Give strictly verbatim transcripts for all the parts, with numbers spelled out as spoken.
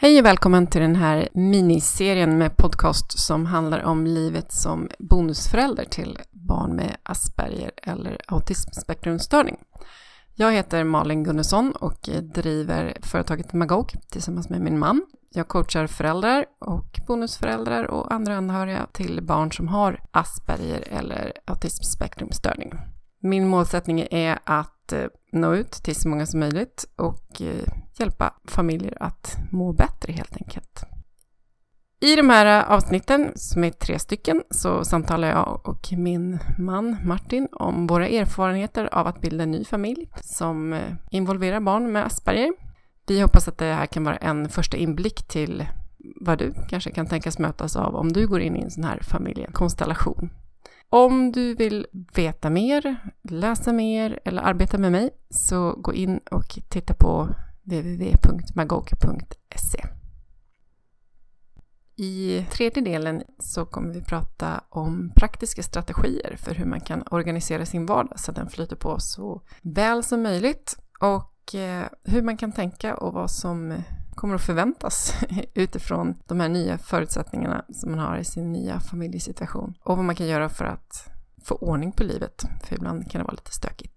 Hej och välkommen till den här miniserien med podcast som handlar om livet som bonusförälder till barn med Asperger eller autismspektrumstörning. Jag heter Malin Gunnarsson och driver företaget Magog tillsammans med min man. Jag coachar föräldrar och bonusföräldrar och andra anhöriga till barn som har Asperger eller autismspektrumstörning. Min målsättning är att nå ut till så många som möjligt och hjälpa familjer att må bättre helt enkelt. I de här avsnitten, som är tre stycken, så samtalar jag och min man Martin om våra erfarenheter av att bilda en ny familj som involverar barn med Asperger. Vi hoppas att det här kan vara en första inblick till vad du kanske kan tänkas mötas av om du går in i en sån här familjekonstellation. Om du vill veta mer, läsa mer eller arbeta med mig så gå in och titta på w w w punkt magog punkt se. I tredje delen så kommer vi prata om praktiska strategier för hur man kan organisera sin vardag så att den flyter på så väl som möjligt och hur man kan tänka och vad som kommer att förväntas utifrån de här nya förutsättningarna som man har i sin nya familjesituation. Och vad man kan göra för att få ordning på livet, för ibland kan det vara lite stökigt.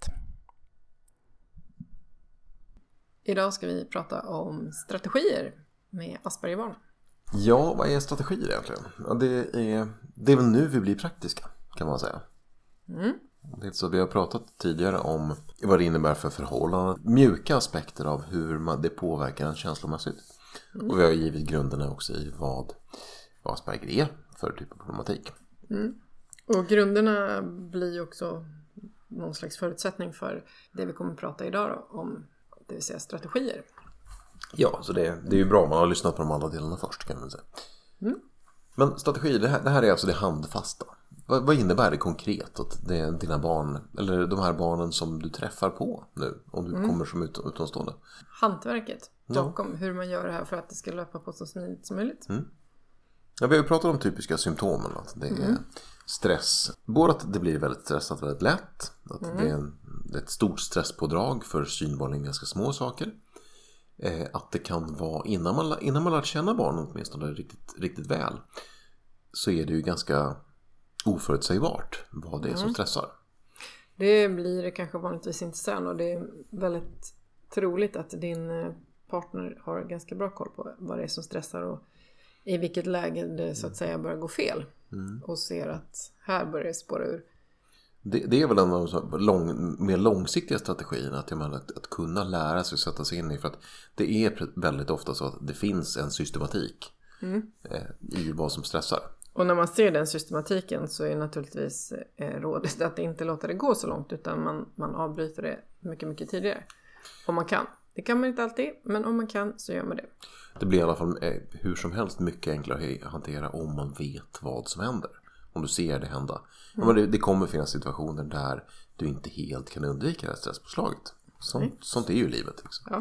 Idag ska vi prata om strategier med Aspergerbarn. Ja, vad är strategier egentligen? Ja, det, är, det är väl nu vi blir praktiska, kan man säga. Mm. Det är så vi har pratat tidigare om vad det innebär för förhållanden, mjuka aspekter av hur man, det påverkar en känslomässigt. Mm. Och vi har givit grunderna också i vad, vad Asperger är för typ av problematik. Mm. Och grunderna blir också någon slags förutsättning för det vi kommer att prata idag då, om, det vill säga strategier. Ja, så det, det är ju bra om man har lyssnat på de andra delarna först, kan man säga. Mm. Men strategier, det här, det här är alltså det handfasta. Vad, vad innebär det konkret att det är dina barn, eller de här barnen som du träffar på nu, om du mm. kommer som ut, utomstående? Hantverket bakom ja. Hur man gör det här för att det ska löpa på så smidigt som möjligt. Mm. Ja, vi har ju pratat om typiska symptomen, att det är mm. stress. Både att det blir väldigt stressat väldigt lätt, att mm. det, är en, det är ett stort stresspådrag för synbarligen ganska små saker. Eh, att det kan vara, innan man, innan man lärt känna barnen åtminstone riktigt, riktigt väl, så är det ju ganska oförutsägbart vad det är mm. som stressar. Det blir det kanske vanligtvis inte sen, och det är väldigt troligt att din partner har ganska bra koll på vad det är som stressar och i vilket läge det så att säga börjar gå fel mm. och ser att här börjar det spåra ur. Det, det är väl en av de lång, mer långsiktiga strategierna att, menar, att, att kunna lära sig och sätta sig in i, för att det är väldigt ofta så att det finns en systematik mm. eh, i vad som stressar. Och när man ser den systematiken så är naturligtvis eh, rådet att inte låta det gå så långt, utan man, man avbryter det mycket, mycket tidigare. Om man kan. Det kan man inte alltid, men om man kan så gör man det. Det blir i alla fall eh, hur som helst mycket enklare att hantera om man vet vad som händer. Om du ser det hända. Mm. Men det, det kommer finnas situationer där du inte helt kan undvika det här stresspåslaget. Sånt, sånt är ju livet. Liksom. Ja.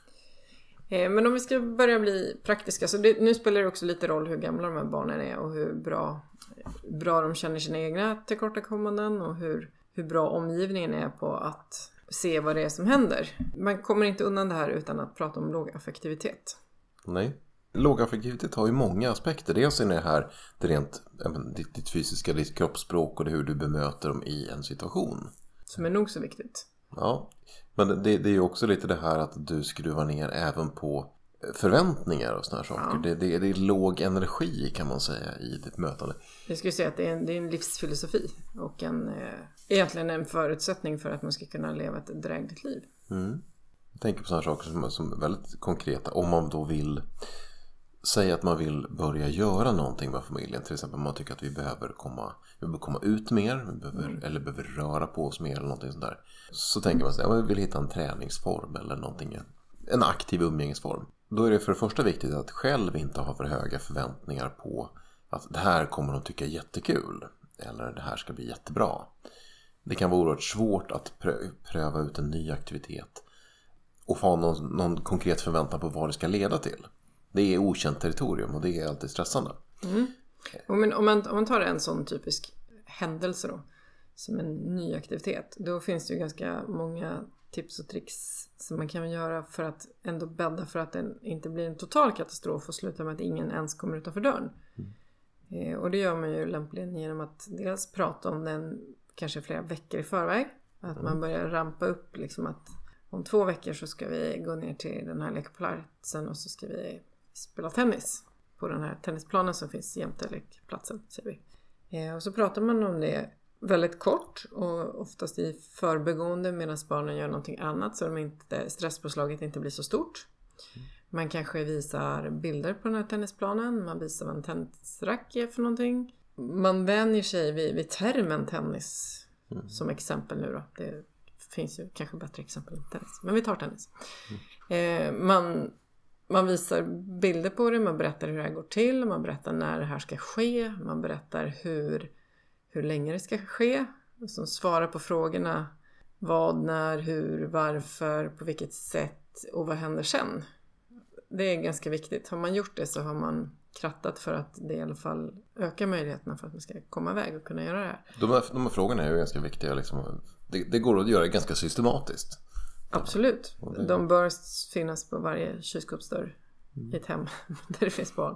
Men om vi ska börja bli praktiska, så det, nu spelar det också lite roll hur gamla de här barnen är och hur bra, bra de känner sina egna tillkortakommanden och hur, hur bra omgivningen är på att se vad det är som händer. Man kommer inte undan det här utan att prata om låg affektivitet. Nej, låg affektivitet har ju många aspekter. Dels är det här det rent, ditt, ditt fysiska, ditt kroppsspråk och det hur du bemöter dem i en situation. Som är nog så viktigt. Ja, men det, det är ju också lite det här att du skruvar ner även på förväntningar och såna här saker. Ja. Det, det, det är låg energi, kan man säga, i ditt mötande. Jag skulle säga att det är en, det är en livsfilosofi och en, eh, egentligen en förutsättning för att man ska kunna leva ett drägligt liv. Mm. Jag tänker på såna här saker som, som är väldigt konkreta. Om man då vill säga att man vill börja göra någonting med familjen. Till exempel om man tycker att vi behöver komma, vi behöver komma ut mer. Vi behöver, mm. Eller behöver röra på oss mer eller någonting sånt där. Så tänker man sig att ja, vi vill hitta en träningsform eller någonting. En aktiv umgängesform. Då är det för det första viktigt att själv inte ha för höga förväntningar på att det här kommer de tycka är jättekul. Eller det här ska bli jättebra. Det kan vara oerhört svårt att pröva ut en ny aktivitet. Och få någon, någon konkret förväntan på vad det ska leda till. Det är okänt territorium och det är alltid stressande. Mm. Men om, man, om man tar en sån typisk händelse då, som en ny aktivitet, då finns det ju ganska många tips och tricks som man kan göra för att ändå bädda för att det inte blir en total katastrof och sluta med att ingen ens kommer utanför dörren. Mm. Eh, och det gör man ju lämpligen genom att dels prata om den kanske flera veckor i förväg. Att mm. man börjar rampa upp liksom att om två veckor så ska vi gå ner till den här lekplatsen och så ska vi spela tennis på den här tennisplanen som finns jämte lekplatsen, säger vi. Eh, och så pratar man om det väldigt kort och oftast i förbegående medan barnen gör någonting annat så de inte, stresspåslaget inte blir så stort. Mm. Man kanske visar bilder på den här tennisplanen, man visar vad en tennisrack är för någonting. Man vänjer sig vid, vid termen tennis mm. som exempel nu då. Det finns ju kanske bättre exempel än tennis, men vi tar tennis. Mm. Eh, man, man visar bilder på det, man berättar hur det här går till, man berättar när det här ska ske, man berättar hur hur länge det ska ske, som svarar på frågorna vad, när, hur, varför, på vilket sätt och vad händer sen. Det är ganska viktigt. Har man gjort det så har man krattat för att det i alla fall ökar möjligheterna för att man ska komma iväg och kunna göra det här. De här, de här frågorna är ju ganska viktiga. Liksom. Det, det går att göra ganska systematiskt. Absolut. De bör finnas på varje kylskåpsdörr i ett hem där det finns barn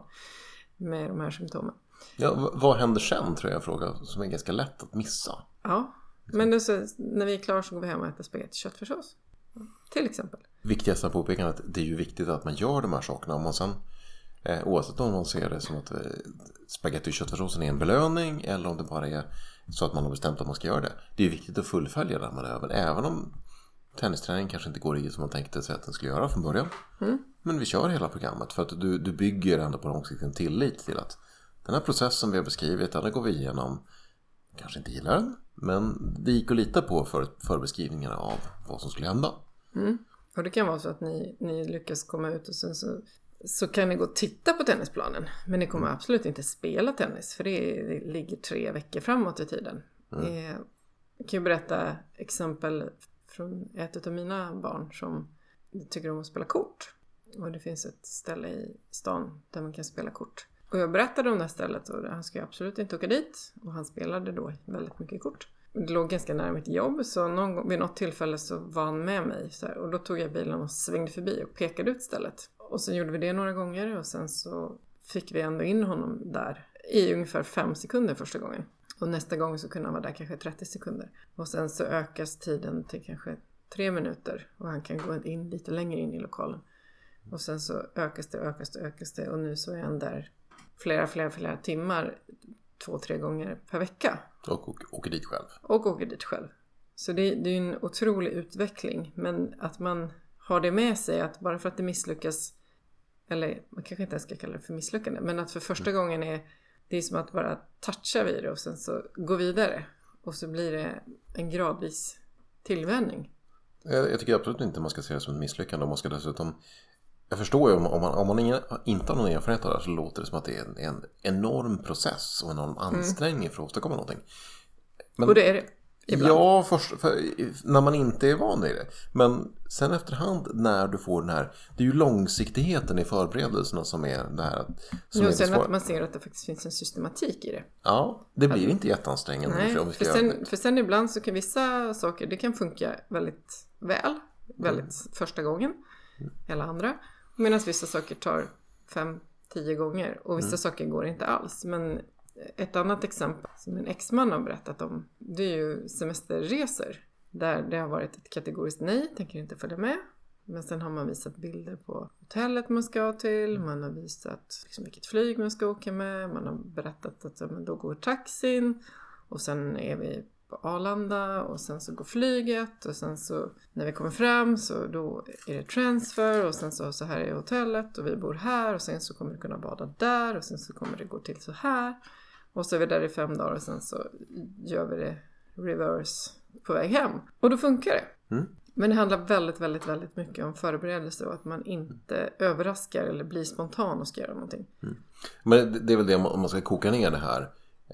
med de här symptomen. Ja, vad händer sen tror jag fråga som är ganska lätt att missa. Ja, men då så, när vi är klara så går vi hem och äter spagetti köttfärssås. Till exempel. Viktigaste påpekandet, det är ju viktigt att man gör de här sakerna. Om man sen, eh, oavsett om man ser det som att eh, spagetti köttfärssåsen är en belöning eller om det bara är så att man har bestämt att man ska göra det. Det är ju viktigt att fullfölja den manövern. Även om tennisträning kanske inte går i som man tänkte sig att den skulle göra från början. Mm. Men vi kör hela programmet för att du, du bygger ändå på långsiktig tillit till att den här processen vi har beskrivit, den går vi igenom. Kanske inte gillar den, men det gick att lita på för, för beskrivningarna av vad som skulle hända. Mm. Och det kan vara så att ni, ni lyckas komma ut och sen så, så kan ni gå och titta på tennisplanen. Men ni kommer absolut inte spela tennis, för det, det ligger tre veckor framåt i tiden. Mm. Jag kan ju berätta exempel från ett av mina barn som tycker om att spela kort. Och det finns ett ställe i stan där man kan spela kort. Och jag berättade om det här stället och han ska absolut inte åka dit. Och han spelade då väldigt mycket kort. Det låg ganska nära mitt jobb så någon, vid något tillfälle så var han med mig. Så här, och då tog jag bilen och svängde förbi och pekade ut stället. Och sen gjorde vi det några gånger och sen så fick vi ändå in honom där i ungefär fem sekunder första gången. Och nästa gång så kunde han vara där kanske trettio sekunder. Och sen så ökas tiden till kanske tre minuter och han kan gå in lite längre in i lokalen. Och sen så ökas det, ökas det, ökas det och nu så är han där flera, flera, flera timmar, två, tre gånger per vecka. Och, och åker dit själv. Och åker dit själv. Så det, det är en otrolig utveckling. Men att man har det med sig att bara för att det misslyckas, eller man kanske inte ens ska kalla det för misslyckande, men att för första mm. gången är det är som att bara toucha vid det och sen så gå vidare. Och så blir det en gradvis tillvänjning. Jag, jag tycker absolut inte man ska se det som ett misslyckande. Man ska dessutom... Jag förstår ju om, om man, om man inte har någon erfarenhet av det så låter det som att det är en, en enorm process och en enorm ansträngning mm. för att åstadkomma någonting. Men, och det är det ibland. Ja, först, för, när man inte är van i det. Men sen efterhand när du får den här, det är ju långsiktigheten i förberedelserna som är det här. Som jo, är sen att man ser att det faktiskt finns en systematik i det. Ja, det blir att, inte jätteansträngande. Nej, för, för, sen, för sen ibland så kan vissa saker, det kan funka väldigt väl, väldigt mm. första gången, mm. eller andra. Medan vissa saker tar fem, tio gånger. Och vissa mm. saker går inte alls. Men ett annat exempel som en ex-man har berättat om. Det är ju semesterresor. Där det har varit ett kategoriskt nej. Tänker inte följa med. Men sen har man visat bilder på hotellet man ska till. Man har visat liksom vilket flyg man ska åka med. Man har berättat att men då går taxin. Och sen är vi på Arlanda och sen så går flyget och sen så när vi kommer fram så då är det transfer och sen så, så här är hotellet och vi bor här och sen så kommer vi kunna bada där och sen så kommer det gå till så här och så är vi där i fem dagar och sen så gör vi det reverse på väg hem och då funkar det. Mm. Men det handlar väldigt, väldigt, väldigt mycket om förberedelse och att man inte mm. överraskar eller blir spontan och ska göra någonting. Mm. Men det är väl det om man ska koka ner det här.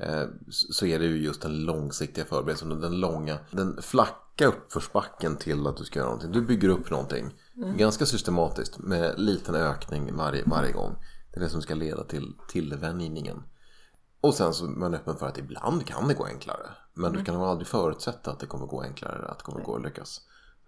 Så är det ju just den långsiktiga förberedelsen, den långa, den flacka uppförsbacken till att du ska göra någonting. Du bygger upp någonting mm. ganska systematiskt med liten ökning varje, varje gång. Det är det som ska leda till tillvänjningen. Och sen så är man öppen för att ibland kan det gå enklare. Men mm. du kan aldrig förutsätta att det kommer gå enklare, att det kommer gå att lyckas.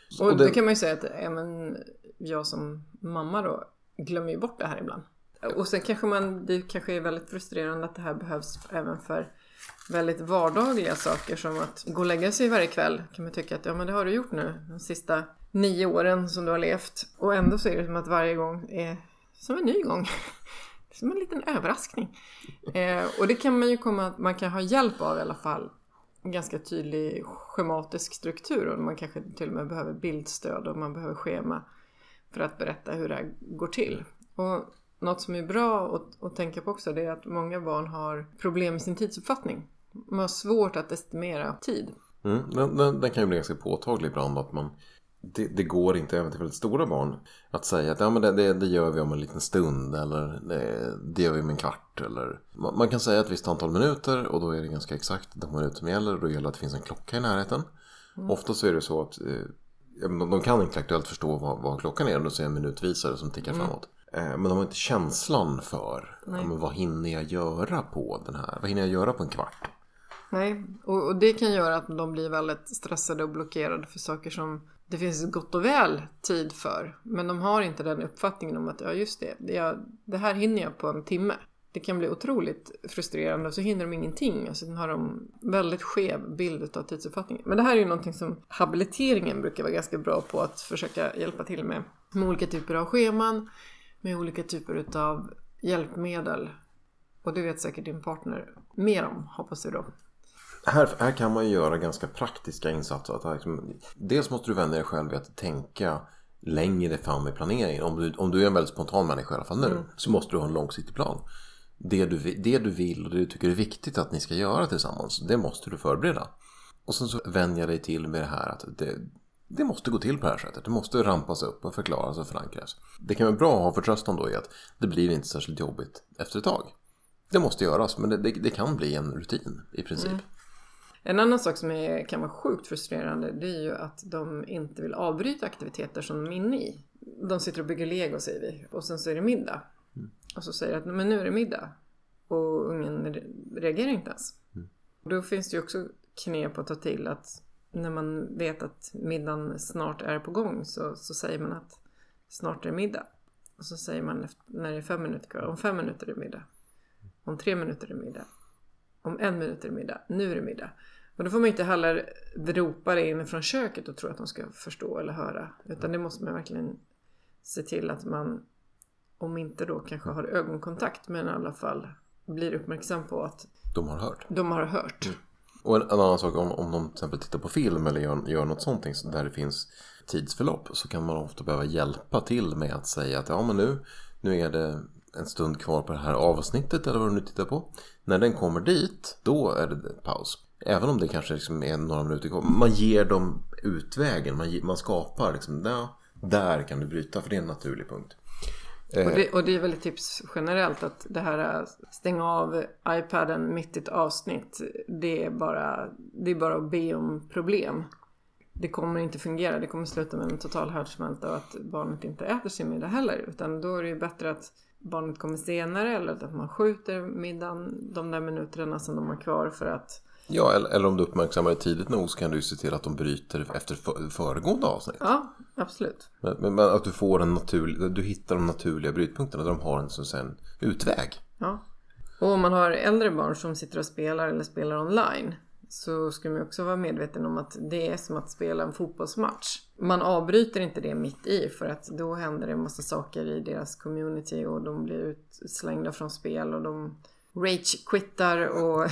Och, och det... det kan man ju säga att även jag som mamma då glömmer ju bort det här ibland. Och sen kanske man, det kanske är väldigt frustrerande att det här behövs även för väldigt vardagliga saker som att gå och lägga sig varje kväll. Kan man tycka att ja, men det har du gjort nu de sista nio åren som du har levt. Och ändå så är det som att varje gång är som en ny gång. Som en liten överraskning. Eh, och det kan man ju komma att man kan ha hjälp av i alla fall. En ganska tydlig schematisk struktur. Och man kanske till och med behöver bildstöd och man behöver schema för att berätta hur det här går till. Och något som är bra att, att tänka på också det är att många barn har problem med sin tidsuppfattning. Man har svårt att estimera tid. Mm, den, den, den kan ju bli ganska påtaglig ibland att man det, det går inte även till väldigt stora barn att säga att ja, men det, det, det gör vi om en liten stund eller det, det gör vi med en kvart. Eller, man, man kan säga ett visst antal minuter och då är det ganska exakt de minuter som gäller och då gäller att det finns en klocka i närheten. Mm. Ofta så är det så att eh, de kan inte aktuellt förstå vad, vad klockan är och då ser en minutvisare som tickar mm. framåt. Men de har inte känslan för ja, men vad hinner jag göra på den här? Vad hinner jag göra på en kvart? Nej, och, och det kan göra att de blir väldigt stressade och blockerade för saker som det finns gott och väl tid för. Men de har inte den uppfattningen om att ja just det, det, jag, det här hinner jag på en timme. Det kan bli otroligt frustrerande och så hinner de ingenting. Alltså de har de väldigt skev bild av tidsuppfattningen. Men det här är ju någonting som habiliteringen brukar vara ganska bra på att försöka hjälpa till med. Med olika typer av scheman. Med olika typer av hjälpmedel. Och det vet säkert din partner mer om, hoppas du då. Här, här kan man ju göra ganska praktiska insatser. Att liksom, dels måste du vänja dig själv vid att tänka längre fram i planeringen. Om du, om du är en väldigt spontan människa i alla fall nu. Mm. Så måste du ha en långsiktig plan. Det du, det du vill och det du tycker är viktigt att ni ska göra tillsammans. Det måste du förbereda. Och sen så vänja dig till med det här att det... Det måste gå till på det här sättet. Det måste rampas upp och förklaras och förankras. Det kan vara bra att ha förtröstan då i att det blir inte särskilt jobbigt efter ett tag. Det måste göras, men det, det, det kan bli en rutin i princip. Mm. En annan sak som är, kan vara sjukt frustrerande det är ju att de inte vill avbryta aktiviteter som de är inne i. De sitter och bygger Lego, säger vi. Och sen så är det middag. Mm. Och så säger att men nu är det middag. Och ungen reagerar inte ens. Mm. Då finns det ju också knep att ta till att när man vet att middagen snart är på gång så, så säger man att snart är det middag. Och så säger man efter, när det är fem minuter kvar, om fem minuter är det middag. Om tre minuter är det middag. Om en minut är det middag. Nu är det middag. Och då får man inte heller ropa det in från köket och tro att de ska förstå eller höra. Utan det måste man verkligen se till att man, om inte då kanske har ögonkontakt, men i alla fall blir uppmärksam på att de har hört. De har hört. Mm. Och en, en annan sak, om, om de till exempel tittar på film eller gör, gör något sånt där det finns tidsförlopp så kan man ofta behöva hjälpa till med att säga att ja men nu, nu är det en stund kvar på det här avsnittet eller vad du nu tittar på. När den kommer dit, då är det paus. Även om det kanske liksom är några minuter kvar. Man ger dem utvägen, man, man skapar liksom, ja, där kan du bryta för det är en naturlig punkt. Och det, och det är väl ett tips generellt att det här stänga av iPaden mitt i ett avsnitt, det är bara, det är bara att be om problem. Det kommer inte fungera, det kommer sluta med en total härdsmälta och att barnet inte äter sin middag heller. Utan då är det ju bättre att barnet kommer senare eller att man skjuter middagen de där minuterna som de har kvar för att... Ja, eller, eller om du uppmärksammar det tidigt nog så kan du ju se till att de bryter efter för, föregående avsnitt. Ja, absolut. Men, men, men att du får en naturlig, du hittar de naturliga brytpunkterna där de har en, så en utväg. Ja, och om man har äldre barn som sitter och spelar eller spelar online så ska man också vara medveten om att det är som att spela en fotbollsmatch. Man avbryter inte det mitt i för att då händer det en massa saker i deras community och de blir utslängda från spel och de rage-quittar och...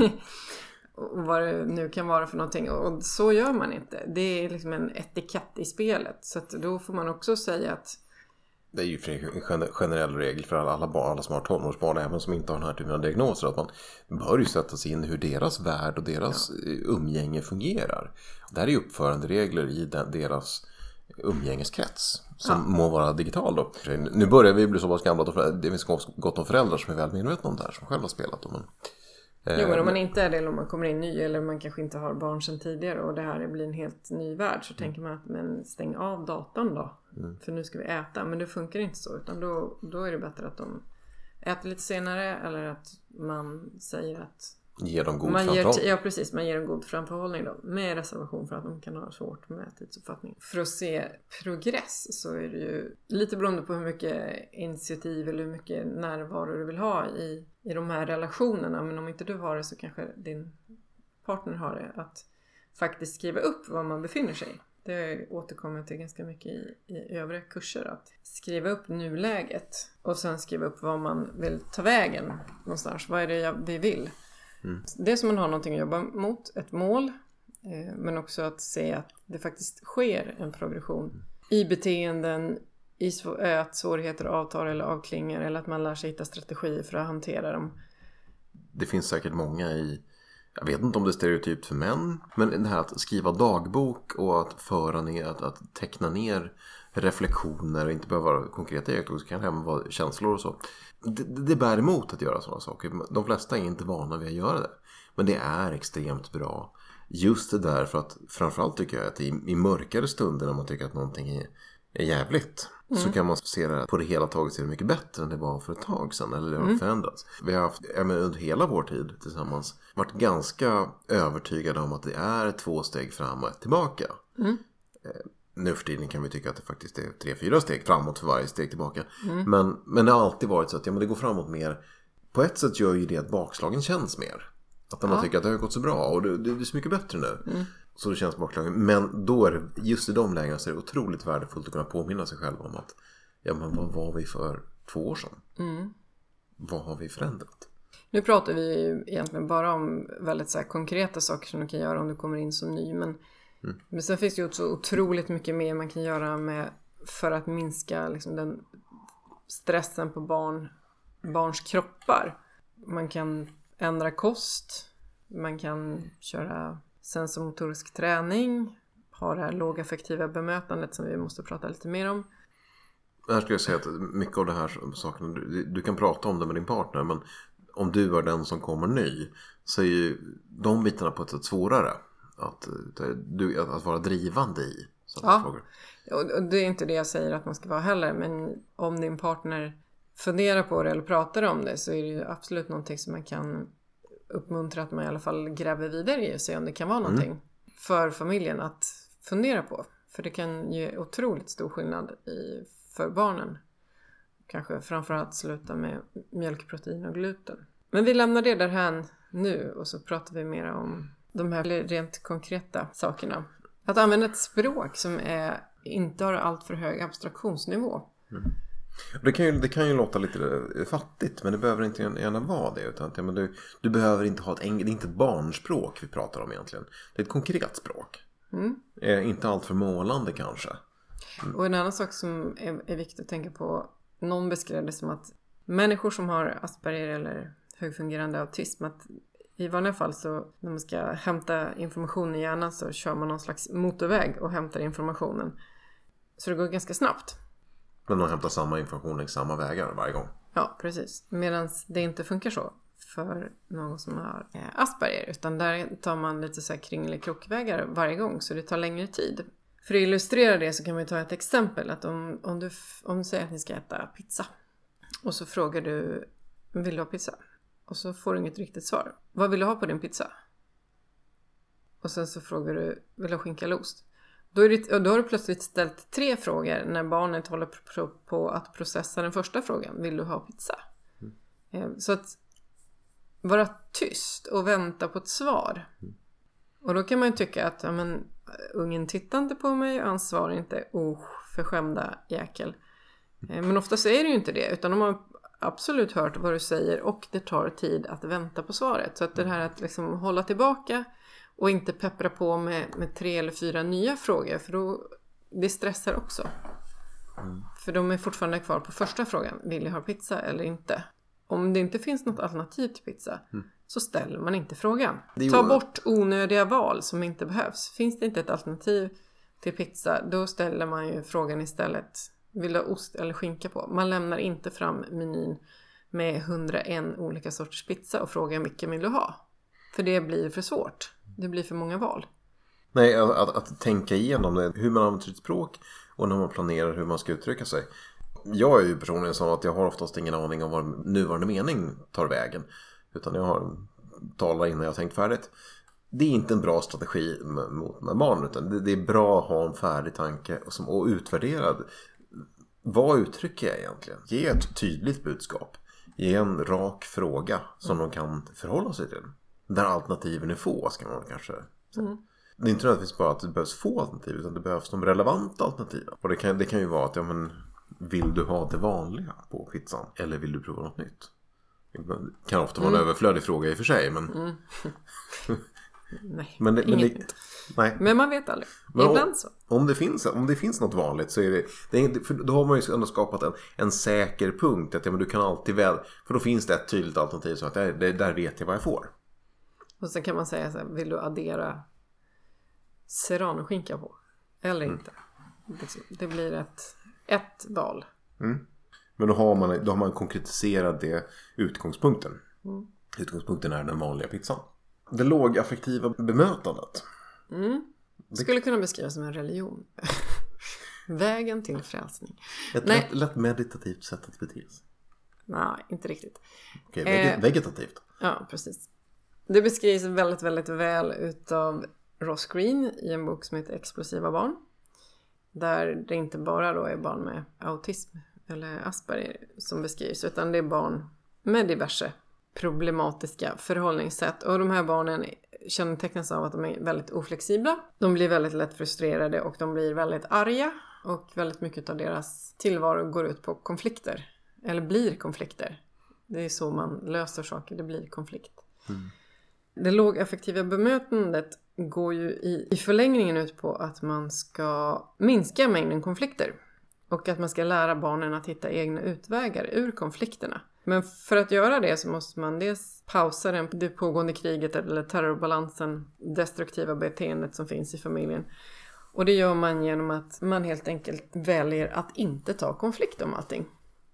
och vad det nu kan vara för någonting. Och så gör man inte. Det är liksom en etikett i spelet. Så att då får man också säga att... Det är ju en generell regel för alla barn, alla som har tonårsbarn, även som inte har den här typen av diagnoser, att man bör ju sätta sig in hur deras värld och deras ja. umgänge fungerar. Det här är ju uppförande regler i den, deras umgängeskrets som ja. må vara digital då. Nu börjar vi bli så pass gamla att det finns gott om föräldrar som är väl medvetna om det här, som själva har spelat dem. Jo, men om man inte är det eller om man kommer in ny eller man kanske inte har barn sedan tidigare och det här blir en helt ny värld så mm. tänker man att men stäng av datorn då. Mm. För nu ska vi äta. Men det funkar inte så utan då, då är det bättre att de äter lite senare eller att man säger att Ger dem god man framförhållning. ger, ja, precis. Man ger en god framförhållning då. Med reservation för att de kan ha svårt med tidsuppfattning. För att se progress så är det ju lite beroende på hur mycket initiativ eller hur mycket närvaro du vill ha i, i de här relationerna. Men om inte du har det så kanske din partner har det. Att faktiskt skriva upp var man befinner sig. Det återkommer till ganska mycket i, i övriga kurser. Att skriva upp nuläget och sen skriva upp vad man vill ta vägen någonstans. Vad är det jag, vi vill? Mm. Det är som man har någonting att jobba mot, ett mål. Eh, men också att se att det faktiskt sker en progression mm. i beteenden, i svå- att svårigheter avtar eller avklingar. Eller att man lär sig hitta strategier för att hantera dem. Det finns säkert många i... Jag vet inte om det är stereotypt för män. Men det här att skriva dagbok och att föra ner, att, att teckna ner reflektioner och inte behöva vara konkreta iakttagelser, kan även vara känslor och så. Det, det bär emot att göra sådana saker. De flesta är inte vana vid att göra det. Men det är extremt bra. Just det där för att framförallt tycker jag att i, i mörkare stunder när man tycker att någonting är, är jävligt. Mm. Så kan man se det på det hela taget ser det mycket bättre än det var för ett tag sedan. Eller det har mm. förändrats. Vi har haft, jag menar, under hela vår tid tillsammans varit ganska övertygade om att det är två steg fram och ett tillbaka. Mm. Eh, nu för tiden kan vi tycka att det faktiskt är tre, fyra steg framåt för varje steg tillbaka. Mm. Men, men det har alltid varit så att ja, men det går framåt mer. På ett sätt gör ju det att bakslagen känns mer. Att man ja. tycker att det har gått så bra och det, det är så mycket bättre nu. Mm. Så det känns bakslagen. Men då är det, just i de lägena så är det otroligt värdefullt att kunna påminna sig själv om att ja, men vad var vi för två år sedan? Mm. Vad har vi förändrat? Nu pratar vi ju egentligen bara om väldigt så här konkreta saker som du kan göra om du kommer in som ny. Men, mm. men sen finns det ju så otroligt mycket mer man kan göra med, för att minska liksom, den stressen på barn, barns kroppar. Man kan ändra kost. Man kan köra sensormotorisk träning. Ha det här lågaffektiva bemötandet som vi måste prata lite mer om. Här skulle jag säga att mycket av det här sakerna, du, du kan prata om det med din partner, men om du är den som kommer ny så är ju de bitarna på ett sätt svårare att, du, att, att vara drivande i. Ja, frågor. Och det är inte det jag säger att man ska vara heller, men om din partner funderar på det eller pratar om det så är det ju absolut någonting som man kan uppmuntra att man i alla fall gräver vidare i och se om det kan vara någonting mm. för familjen att fundera på. För det kan ge otroligt stor skillnad i, för barnen. Kanske framförallt sluta med mjölkprotein och gluten. Men vi lämnar det där här nu och så pratar vi mer om de här rent konkreta sakerna. Att använda ett språk som är, inte har allt för hög abstraktionsnivå. Mm. Det kan, ju, det kan ju låta lite fattigt, men det behöver inte gärna vara det. Utan, men du, du behöver inte ha ett, det är inte ett barnspråk vi pratar om egentligen. Det är ett konkret språk. Mm. Eh, inte allt för målande kanske. Mm. Och en annan sak som är, är viktigt att tänka på. Någon beskrev det som att människor som har Asperger eller högfungerande autism, att i vanliga fall så när man ska hämta information i hjärnan så kör man någon slags motorväg och hämtar informationen. Så det går ganska snabbt. Men de hämtar samma information i samma vägar varje gång. Ja, precis. Medan det inte funkar så för någon som har Asperger. Utan där tar man lite så här kringelikrokvägar varje gång så det tar längre tid. För att illustrera det så kan man ta ett exempel. Att om, om, du, om du säger att ni ska äta pizza. Och så frågar du, vill du ha pizza? Och så får du inget riktigt svar. Vad vill du ha på din pizza? Och sen så frågar du, vill du ha skinka eller ost? Då, är det, och då har du plötsligt ställt tre frågor när barnet håller på att processa den första frågan. Vill du ha pizza? Mm. Så att vara tyst och vänta på ett svar. Mm. Och då kan man ju tycka att ja, men, ungen tittar inte på mig och han svarar inte. Oh, förskämda jäkel. Mm. Men ofta säger du ju inte det. Utan de har absolut hört vad du säger och det tar tid att vänta på svaret. Så att det här att liksom hålla tillbaka och inte peppra på med, med tre eller fyra nya frågor. För då, det stressar också. Mm. För de är fortfarande kvar på första frågan. Vill jag ha pizza eller inte? Om det inte finns något alternativ till pizza mm. så ställer man inte frågan. Ta bort onödiga val som inte behövs. Finns det inte ett alternativ till pizza, då ställer man ju frågan istället. Vill du ha ost eller skinka på? Man lämnar inte fram menyn med hundraen olika sorters pizza och frågar vilken vill du ha? För det blir för svårt. Det blir för många val. Nej, att, att tänka igenom det, hur man använder sitt språk och när man planerar hur man ska uttrycka sig. Jag är ju personligen så att jag har oftast ingen aning om vad nuvarande mening tar vägen. Utan jag har talar innan jag har tänkt färdigt. Det är inte en bra strategi mot med barn, utan det, det är bra att ha en färdig tanke och, som, och utvärderad. Vad uttrycker jag egentligen? Ge ett tydligt budskap. Ge en rak fråga som de kan förhålla sig till. Där alternativen är få, ska man kanske säga. Mm. Det är inte nödvändigtvis bara att det behövs få alternativ, utan det behövs de relevanta alternativen. Och det kan, det kan ju vara att, ja men, vill du ha det vanliga på pizzan? Eller vill du prova något nytt? Det kan ofta vara en mm. överflödig fråga i och för sig, men... Mm. Nej, men, det, men, det, nej, men man vet aldrig. Ibland om, så. Om det, finns, om det finns något vanligt så är det, det är, för då har man ju ändå skapat en, en säker punkt. Att ja, men du kan alltid väl, för då finns det ett tydligt alternativ så att det, det, där vet jag vad jag får. Och sen kan man säga så här, vill du addera serranoskinka på? Eller inte? Mm. Det blir ett, ett val. Mm. Men då har, man, då har man konkretiserat det utgångspunkten. Mm. Utgångspunkten är den vanliga pizzan. Det lågaffektiva bemötandet. Mm. Det skulle kunna beskrivas som en religion. Vägen till frälsning. Ett lätt, lätt meditativt sätt att bete sig. Nej, inte riktigt. Okej, veg- eh, vegetativt. Ja, precis. Det beskrivs väldigt, väldigt väl utav Ross Greene i en bok som heter Explosiva barn. Där det inte bara då är barn med autism eller Asperger som beskrivs, utan det är barn med diverse problematiska förhållningssätt. Och de här barnen kännetecknas av att de är väldigt oflexibla. De blir väldigt lätt frustrerade och de blir väldigt arga. Och väldigt mycket av deras tillvaro går ut på konflikter. Eller blir konflikter. Det är så man löser saker, det blir konflikt. Mm. Det lågaffektiva bemötandet går ju i, i förlängningen ut på att man ska minska mängden konflikter. Och att man ska lära barnen att hitta egna utvägar ur konflikterna. Men för att göra det så måste man dels pausa den, det pågående kriget eller terrorbalansen, destruktiva beteendet som finns i familjen. Och det gör man genom att man helt enkelt väljer att inte ta konflikt om allting.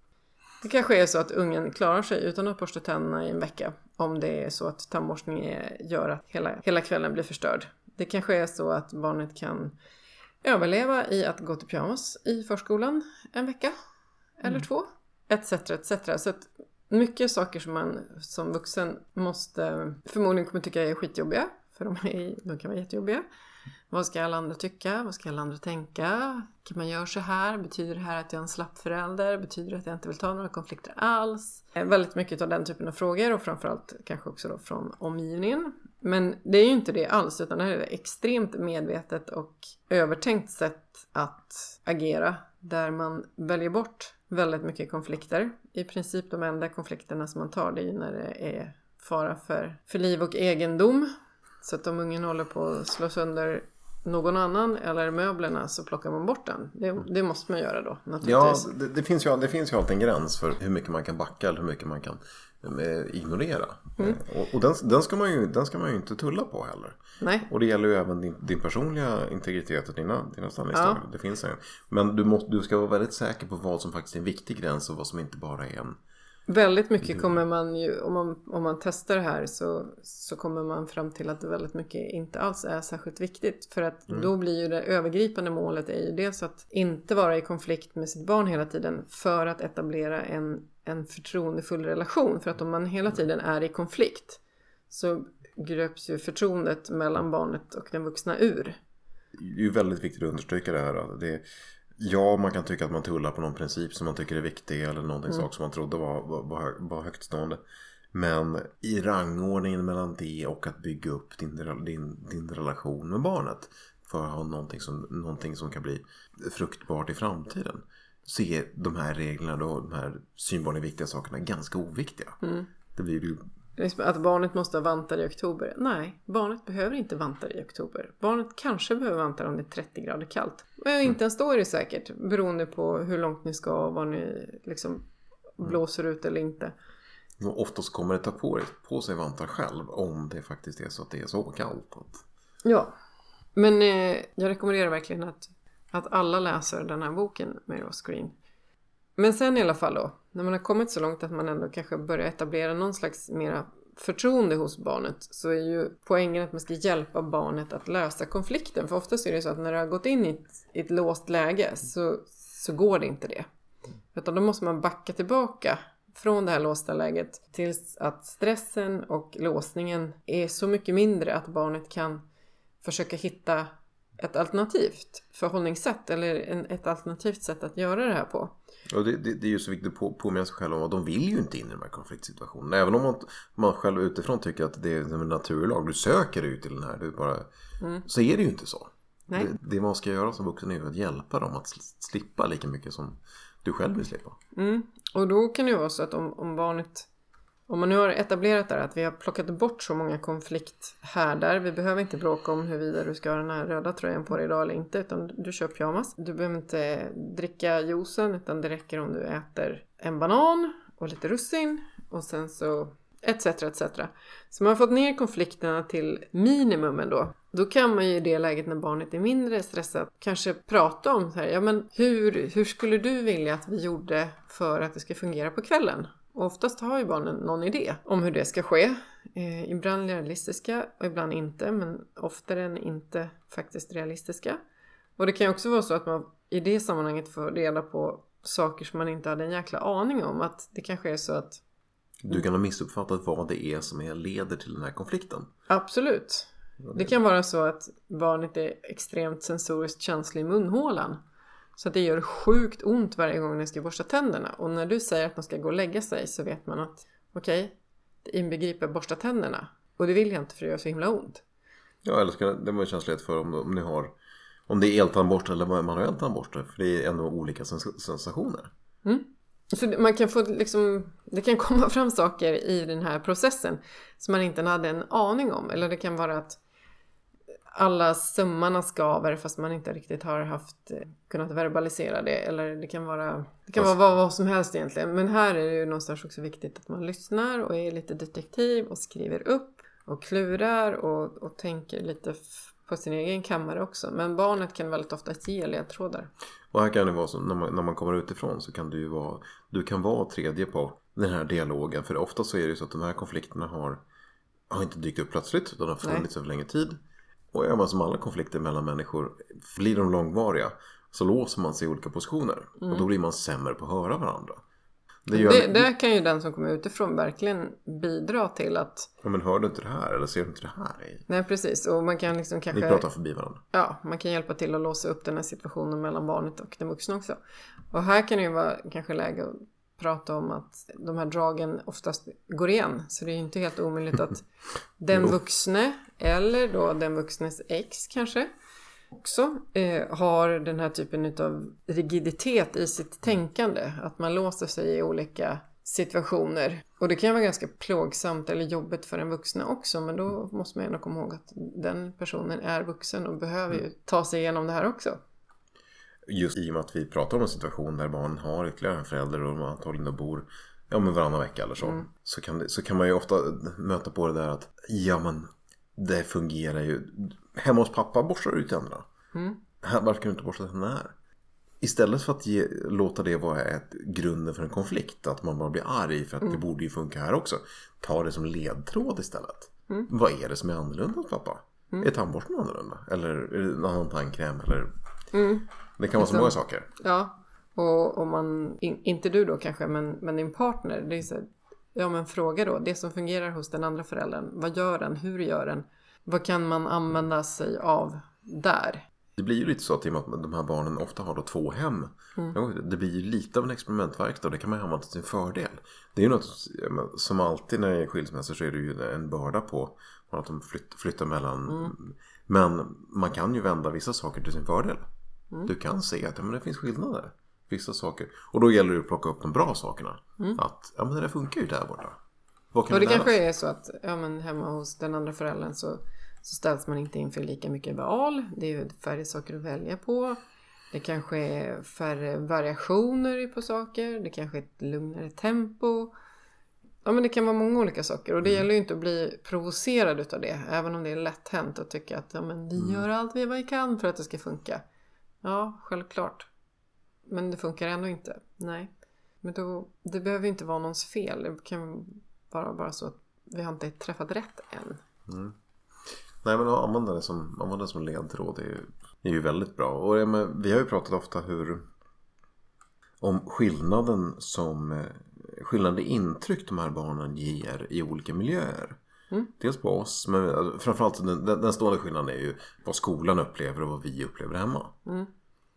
Det kanske är så att ungen klarar sig utan att borsta tänderna i en vecka. Om det är så att tandborstning gör att hela, hela kvällen blir förstörd. Det kanske är så att barnet kan överleva i att gå till pyjamas i förskolan en vecka eller mm. två. Etc, et cetera. Så att mycket saker som man som vuxen måste förmodligen kommer tycka är skitjobbiga. För de, är, de kan vara jättejobbiga. Vad ska alla andra tycka? Vad ska alla andra tänka? Kan man göra så här? Betyder det här att jag är en slapp förälder? Betyder det att jag inte vill ta några konflikter alls? Väldigt mycket av den typen av frågor. Och framförallt kanske också då från omgivningen. Men det är ju inte det alls. Utan det här är ett extremt medvetet och övertänkt sätt att agera. Där man väljer bort väldigt mycket konflikter. I princip de enda konflikterna som man tar, det är ju när det är fara för, för liv och egendom. Så att om ungen håller på att slå sönder någon annan eller möblerna så plockar man bort den. Det, det måste man göra då, naturligtvis. Ja, det, det, finns ju, det finns ju alltid en gräns för hur mycket man kan backa eller hur mycket man kan eh, ignorera. Mm. Och, och den, den, ska man ju, den ska man ju inte tulla på heller. Nej. Och det gäller ju även din, din personliga integritet och dina, dina ställningstaganden. Ja. Det finns en. Men du, måste, du ska vara väldigt säker på vad som faktiskt är en viktig gräns och vad som inte bara är en... Väldigt mycket kommer man ju, om man, om man testar det här så, så kommer man fram till att det väldigt mycket inte alls är särskilt viktigt. För att mm. då blir ju det övergripande målet är ju dels att inte vara i konflikt med sitt barn hela tiden för att etablera en, en förtroendefull relation. För att om man hela tiden är i konflikt så gröps ju förtroendet mellan barnet och den vuxna ur. Det är ju väldigt viktigt att understryka det här. Det är... Ja, man kan tycka att man tullar på någon princip som man tycker är viktig eller någonting mm. sak som man trodde var, var, var, var högtstående. Men i rangordningen mellan det och att bygga upp din, din, din relation med barnet för att ha någonting som, någonting som kan bli fruktbart i framtiden, så är de här reglerna, då, de här synbarligen viktiga sakerna ganska oviktiga. Mm. Det blir ju... Att barnet måste ha vantar i oktober. Nej, barnet behöver inte vantar i oktober. Barnet kanske behöver vantar om det är trettio grader kallt. Men inte ens då är det säkert. Beroende på hur långt ni ska och vad ni liksom blåser ut eller inte. Och oftast kommer det ta på, på sig vantar själv om det faktiskt är så att det är så kallt. Ja, men eh, jag rekommenderar verkligen att, att alla läser den här boken med Ross Greene. Men sen i alla fall då, när man har kommit så långt att man ändå kanske börjar etablera någon slags mera förtroende hos barnet, så är ju poängen att man ska hjälpa barnet att lösa konflikten. För oftast är det så att när du har gått in i ett, i ett låst läge så, så går det inte det. Utan då måste man backa tillbaka från det här låsta läget tills att stressen och låsningen är så mycket mindre att barnet kan försöka hitta ett alternativt förhållningssätt eller en, ett alternativt sätt att göra det här på. Och det, det, det är ju så viktigt att på, påminna sig själv om att de vill ju inte in i de här konfliktsituationerna. Även om man, man själv utifrån tycker att det är en naturlig lag. Du söker ut till den här. Du bara, mm. Så är det ju inte så. Nej. Det, det man ska göra som vuxen är att hjälpa dem att slippa lika mycket som du själv vill slippa. Mm. Och då kan det ju vara så att om, om barnet... Om man nu har etablerat där att vi har plockat bort så många konflikthärdar. Vi behöver inte bråka om huruvida du ska ha den här röda tröjan på dig idag eller inte. Utan du kör pyjamas. Du behöver inte dricka juicen utan det räcker om du äter en banan och lite russin. Och sen så etc. et cetera. Så man har fått ner konflikterna till minimum ändå. Då kan man ju i det läget när barnet är mindre stressat kanske prata om så här. Ja men hur, hur skulle du vilja att vi gjorde för att det ska fungera på kvällen? Och oftast har ju barnen någon idé om hur det ska ske. Eh, ibland realistiska och ibland inte. Men oftare än inte faktiskt realistiska. Och det kan ju också vara så att man i det sammanhanget får reda på saker som man inte hade en jäkla aning om. Att det kanske är så att... Du kan ha missuppfattat vad det är som är leder till den här konflikten. Absolut. Det kan vara så att barnet är extremt sensoriskt känslig i munhålan. Så att det gör sjukt ont varje gång den ska borsta tänderna. Och när du säger att man ska gå och lägga sig så vet man att okej, okay, det inbegriper borsta tänderna. Och det vill jag inte för det gör så himla ont. Ja, eller ska det vara känsligt för om, om ni har om det är eltandborste eller manuell tandborste. För det är ändå olika sens- sensationer. Mm. Så man kan få liksom, det kan komma fram saker i den här processen som man inte hade en aning om. Eller det kan vara att alla sömmarna skaver fast man inte riktigt har haft kunnat verbalisera det. Eller det kan vara, det kan vara vad, vad som helst egentligen. Men här är det ju någonstans också viktigt att man lyssnar och är lite detektiv och skriver upp och klurar och, och tänker lite f- på sin egen kammare också. Men barnet kan väldigt ofta ge ledtrådar. Och här kan det vara så, när man, när man kommer utifrån så kan du ju vara, du kan vara tredje på den här dialogen. För ofta så är det ju så att de här konflikterna har, har inte dykt upp plötsligt utan har funnits över längre tid. Och är man som alla konflikter mellan människor, blir de långvariga så låser man sig i olika positioner. Mm. Och då blir man sämre på att höra varandra. Det, gör... det, det kan ju den som kommer utifrån verkligen bidra till att... Ja, men hör du inte det här eller ser du inte det här? Nej, precis. Och man kan liksom kanske... Ni pratar förbi varandra. Ja, man kan hjälpa till att låsa upp den här situationen mellan barnet och den vuxna också. Och här kan det ju vara kanske läge att prata om att de här dragen oftast går igen. Så det är ju inte helt omöjligt att den vuxne eller då den vuxnes ex kanske också eh, har den här typen av rigiditet i sitt tänkande. Att man låser sig i olika situationer. Och det kan vara ganska plågsamt eller jobbigt för en vuxna också. Men då måste man ändå komma ihåg att den personen är vuxen och behöver ju ta sig igenom det här också. Just i och med att vi pratar om en situation där barn har ytterligare en förälder och man antagligen bor ja, men varannan vecka eller så. Mm. Så, kan det, så kan man ju ofta möta på det där att ja men det fungerar ju. Hemma hos pappa borstar du tänderna. Mm. Varför kan du inte borsta tänderna här? Istället för att ge, låta det vara ett grunden för en konflikt. Att man bara blir arg för att mm. det borde ju funka här också. Ta det som ledtråd istället. Mm. Vad är det som är annorlunda hos pappa? Mm. Är tandborsten annorlunda? Eller är det en annan tandkräm? Eller... Mm. Det kan vara så många saker. Ja, och om man, in, inte du då kanske, men, men din partner. Det är så, ja men fråga då, det som fungerar hos den andra föräldern. Vad gör den? Hur gör den? Vad kan man använda sig av där? Det blir ju lite så att de här barnen ofta har då två hem. Mm. Det blir ju lite av en experimentverkstad. Det kan man använda till sin fördel. Det är ju något som alltid när det är skilsmässor så är det ju en börda på att de flytt, flyttar mellan. Mm. Men man kan ju vända vissa saker till sin fördel. Mm. Du kan se att ja, men det finns skillnader. Vissa saker. Och då gäller det att plocka upp de bra sakerna. Mm. Att ja, men det funkar ju där borta. Vad kan och det kanske är så att ja, men hemma hos den andra föräldern så, så ställs man inte inför lika mycket val. Det är ju färre saker att välja på. Det kanske är färre variationer på saker. Det kanske är ett lugnare tempo. Ja, men det kan vara många olika saker. Och det mm. gäller ju inte att bli provocerad utav det. Även om det är lätt hänt att tycka att ja, men vi mm. gör allt vi vad kan för att det ska funka. Ja, självklart. Men det funkar ändå inte. Nej. Men då, det behöver inte vara någons fel. Det kan vara bara så att vi har inte träffat rätt än. Mm. Nej, men att använda det som, använda det som ledtråd är ju, är ju väldigt bra. Och ja, vi har ju pratat ofta hur om skillnaden som skillnade intryck de här barnen ger i olika miljöer. Mm. Dels på oss, men framförallt den, den stående skillnaden är ju vad skolan upplever och vad vi upplever hemma. Mm.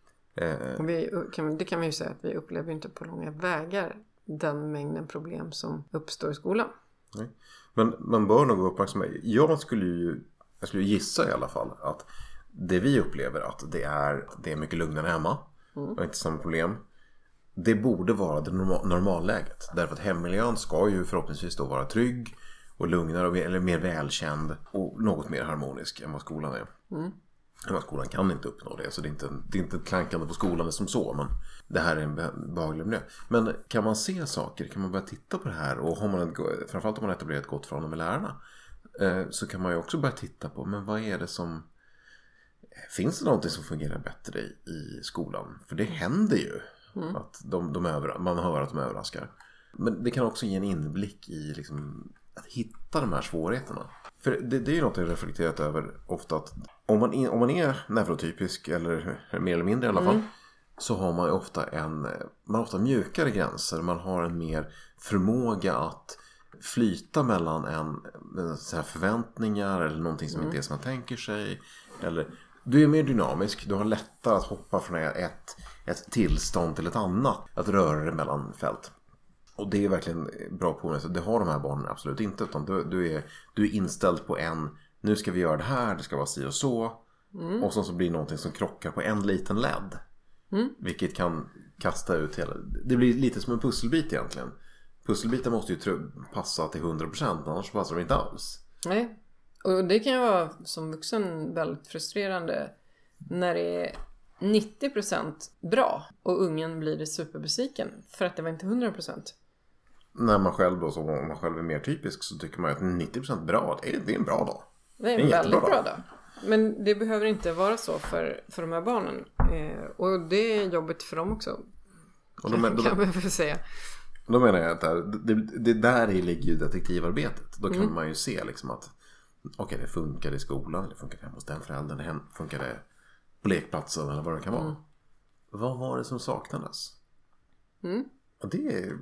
Eh. Vi, kan, det kan vi ju säga att vi upplever inte på långa vägar den mängden problem som uppstår i skolan. Nej. Men man bör nog uppmärksamma. Jag skulle ju jag skulle gissa i alla fall att det vi upplever att det är, det är mycket lugnare hemma mm. och inte samma problem. Det borde vara det normal, normalläget. Därför att hemmiljön ska ju förhoppningsvis då vara trygg och lugnare och, eller mer välkänd och något mer harmonisk än vad skolan är. Mm. Men skolan kan inte uppnå det, så det är inte, det är inte ett klankande på skolan som så, men det här är en behaglig miljö. Men kan man se saker, kan man börja titta på det här, och har man ett, framförallt om man etablerat ett gott förhållande med lärarna, eh, så kan man ju också börja titta på, men vad är det som, finns det någonting som fungerar bättre i, i skolan? För det händer ju mm. att de, de över, man hör att de överraskar. Men det kan också ge en inblick i liksom, att hitta de här svårigheterna. För det, det är ju något jag reflekterat över ofta, att om man, är, om man är neurotypisk, eller mer eller mindre i alla fall, mm. så har man ofta en man har ofta mjukare gränser. Man har en mer förmåga att flyta mellan en, en så här förväntningar eller någonting som mm. inte är som man tänker sig. Eller, du är mer dynamisk, du har lättare att hoppa från ett, ett tillstånd till ett annat, att röra dig mellan fält. Och det är verkligen bra på mig. Det har de här barnen absolut inte. Utan du, du, är, du är inställd på en, nu ska vi göra det här, det ska vara si och så. Mm. Och så, så blir det någonting som krockar på en liten led. Mm. Vilket kan kasta ut hela, det blir lite som en pusselbit egentligen. Pusselbiten måste ju tro, passa till hundra procent, annars passar de inte alls. Nej, och det kan ju vara som vuxen väldigt frustrerande när det är nittio procent bra och ungen blir det superbesviken för att det var inte hundra procent. När man själv då, så om man själv är mer typisk, så tycker man att nittio procent bra, det är, det är en bra dag. Det är en, det är en väldigt bra dag. dag. Men det behöver inte vara så för, för de här barnen. Eh, och det är jobbigt för dem också. Och de, kan, de, kan man väl säga. Då menar jag att det, det, det där ligger ju detektivarbetet. Då kan mm. man ju se liksom att okej, okay, det funkar i skolan, det funkar hemma hos den föräldern, det funkar det på lekplatsen eller vad det kan vara. Mm. Vad var det som saknades? Mm. Och det är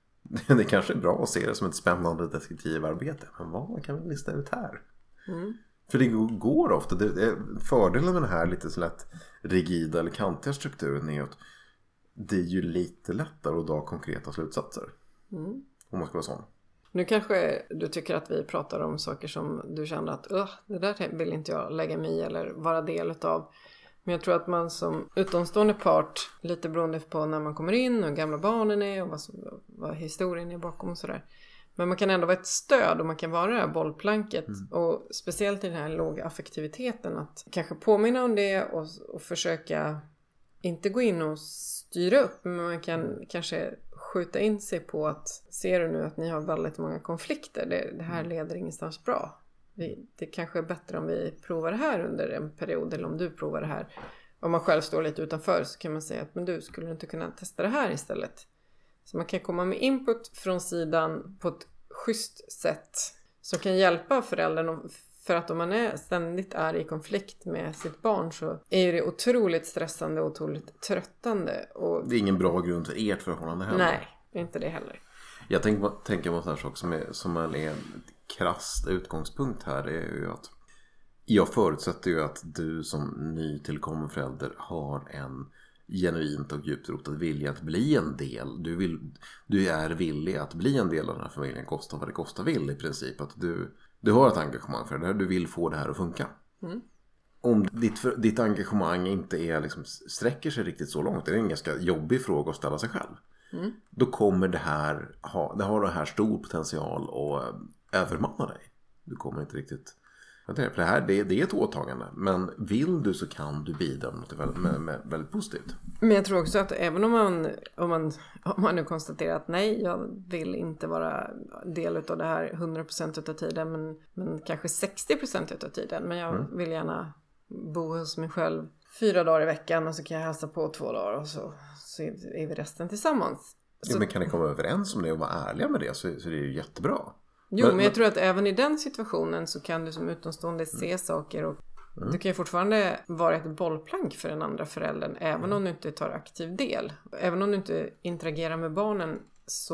det kanske är bra att se det som ett spännande detektivarbete. Men vad kan vi lista ut här? Mm. För det går ofta. Det är fördelen med den här lite så lätt rigida eller kantiga strukturen är att det är ju lite lättare att dra konkreta slutsatser. Mm. Om man ska vara sån. Nu kanske du tycker att vi pratar om saker som du känner att det där vill inte jag lägga mig i eller vara del utav. Men jag tror att man som utomstående part, lite beroende på när man kommer in och hur gamla barnen är och vad, som, vad historien är bakom och sådär. Men man kan ändå vara ett stöd och man kan vara det här bollplanket. Mm. Och speciellt i den här låga affektiviteten, att kanske påminna om det och, och försöka inte gå in och styra upp. Men man kan kanske skjuta in sig på att, ser du nu att ni har väldigt många konflikter, det, det här leder ingenstans bra. Vi, det kanske är bättre om vi provar det här under en period, eller om du provar det här. Om man själv står lite utanför så kan man säga att men du, skulle du inte kunna testa det här istället? Så man kan komma med input från sidan på ett schysst sätt som kan hjälpa föräldern. För att om man är, ständigt är i konflikt med sitt barn så är det otroligt stressande och otroligt tröttande. Och det är ingen bra grund för ert förhållande heller. Nej, inte det heller. Jag tänker, tänker på en sån här sak som är, som är en krasst utgångspunkt här. Det är ju att jag förutsätter ju att du som nytillkommen förälder har en genuint och djupt rotad vilja att bli en del. Du, vill, du är villig att bli en del av den här familjen, kosta vad det kostar vill i princip. Att du, du har ett engagemang för det här, du vill få det här att funka. Mm. Om ditt, ditt engagemang inte är, liksom, sträcker sig riktigt så långt, det är en ganska jobbig fråga att ställa sig själv. Mm. Då kommer det här ha, det har det här stor potential att övermanna dig. Du kommer inte riktigt. För det här det, det är ett åtagande. Men vill du så kan du bidra med något väldigt, med, med, väldigt positivt. Men jag tror också att även om man, om man, om man nu konstaterar att nej, jag vill inte vara del av det här hundra procent av tiden. Men, men kanske sextio procent av tiden. Men jag mm. vill gärna bo hos mig själv fyra dagar i veckan. Och så kan jag hälsa på två dagar. Och så, så är vi resten tillsammans. Så, ja, men kan ni komma överens om det och vara ärliga med det så, så det är ju jättebra. Jo, men, men jag tror att även i den situationen så kan du som utomstående se mm. saker och mm. du kan ju fortfarande vara ett bollplank för den andra föräldern även mm. om du inte tar aktiv del. Även om du inte interagerar med barnen så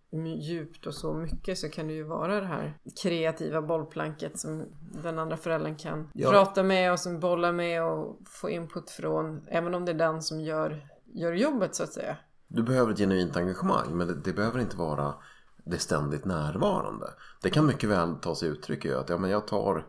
djupt och så mycket så kan det ju vara det här kreativa bollplanket som den andra föräldern kan ja. prata med och som bollar med och få input från, även om det är den som gör, gör jobbet så att säga. Du behöver ett genuint engagemang, men det, det behöver inte vara det ständigt närvarande. Det kan mycket väl ta sig uttryck i att ja, men jag tar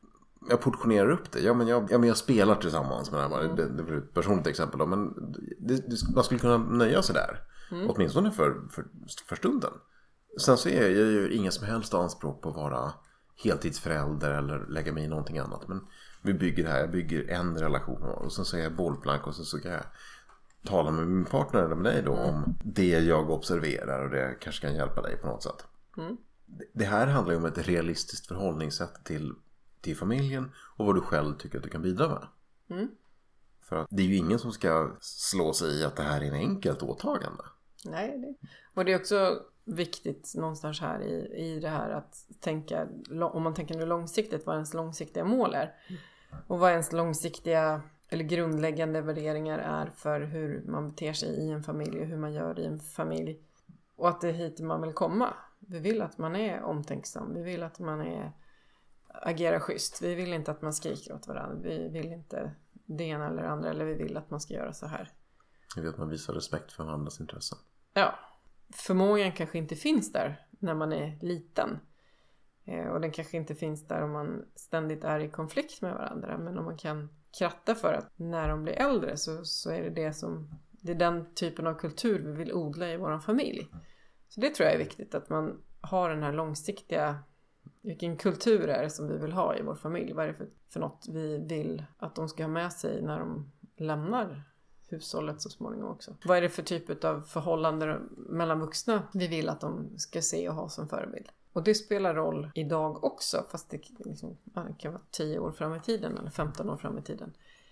jag portionerar upp det. Ja, men jag, ja, men jag spelar tillsammans med det här. Mm. Det, det är ett personligt exempel då, men det, det, man skulle kunna nöja sig där. Mm. Åtminstone för, för, för stunden. Sen så är jag ju inga som helst anspråk på att vara heltidsförälder eller lägga mig i någonting annat. Men vi bygger det här, jag bygger en relation och sen så är jag bollplank och sen så kan jag tala med min partner eller med dig då mm. om det jag observerar och det kanske kan hjälpa dig på något sätt. Mm. Det här handlar ju om ett realistiskt förhållningssätt till, till familjen och vad du själv tycker att du kan bidra med. Mm. För att det är ju ingen som ska slå sig i att det här är en enkelt åtagande. Nej, det. Och det är också viktigt någonstans här i, i det här att tänka, om man tänker nu långsiktigt, vad ens långsiktiga mål är. Mm. Och vad ens långsiktiga eller grundläggande värderingar är för hur man beter sig i en familj och hur man gör i en familj. Och att det är hit man vill komma. Vi vill att man är omtänksam. Vi vill att man är, agerar schysst. Vi vill inte att man skriker åt varandra. Vi vill inte det ena eller andra. Eller vi vill att man ska göra så här. Jag vet att man visar respekt för andras intressen. Ja. Förmågan kanske inte finns där när man är liten. Och den kanske inte finns där om man ständigt är i konflikt med varandra. Men om man kan kratta för att när de blir äldre så, så är det det som... Det är den typen av kultur vi vill odla i vår familj. Så det tror jag är viktigt att man har den här långsiktiga... Vilken kultur är det som vi vill ha i vår familj? Vad är det för, för något vi vill att de ska ha med sig när de lämnar hushållet så småningom också? Vad är det för typ av förhållanden mellan vuxna vi vill att de ska se och ha som förebild? Och det spelar roll idag också, fast det, liksom, det kan vara tio år fram i tiden eller femton år fram i tiden.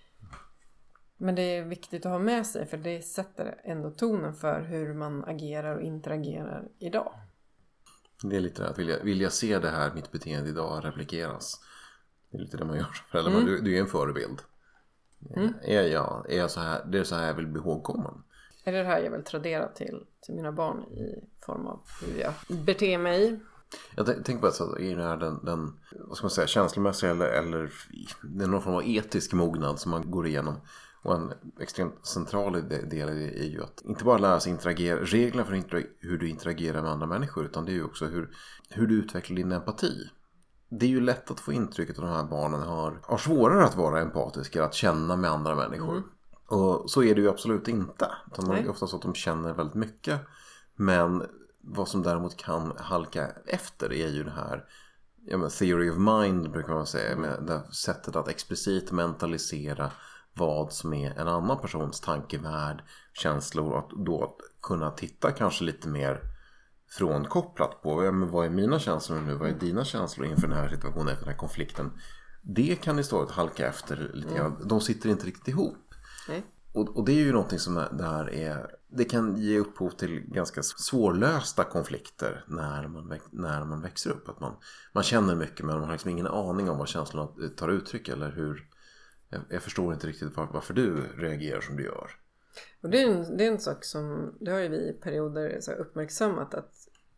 Men det är viktigt att ha med sig, för det sätter ändå tonen för hur man agerar och interagerar idag. Det är lite det att vilja, vilja se det här, mitt beteende idag replikeras. Det är lite det man gör. Eller mm. du, du är en förebild. Mm. Är, jag, är jag så här, det är så här jag vill bli ihågkommen. Är det det här jag vill tradera till, till mina barn i form av hur jag beter mig? Jag tänker på att så, i den, här, den, den vad ska man säga, känslomässiga eller, eller det är någon form av etisk mognad som man går igenom. Och en extremt central del är ju att inte bara lära sig interagera, regler för hur du interagerar med andra människor, utan det är ju också hur, hur du utvecklar din empati. Det är ju lätt att få intrycket att de här barnen har, har svårare att vara empatiska, att känna med andra människor. Mm. Och så är det ju absolut inte. Utan det är ofta så att de känner väldigt mycket. Men vad som däremot kan halka efter är ju det här, ja, men theory of mind brukar man säga, med det sättet att explicit mentalisera vad som är en annan persons tankevärld, känslor, och att då kunna titta kanske lite mer frånkopplat på ja, men vad är mina känslor nu, vad är dina känslor inför den här situationen, inför den här konflikten. Det kan istället halka efter lite grann. Mm. De sitter inte riktigt ihop. Nej. Och, och det är ju någonting som där är, det kan ge upphov till ganska svårlösta konflikter när man, när man växer upp. Att man, man känner mycket, men man har liksom ingen aning om vad känslorna tar uttryck eller hur. Jag, jag förstår inte riktigt var, varför du reagerar som du gör. Och det är en, det är en sak som, det har ju vi i perioder så uppmärksammat, att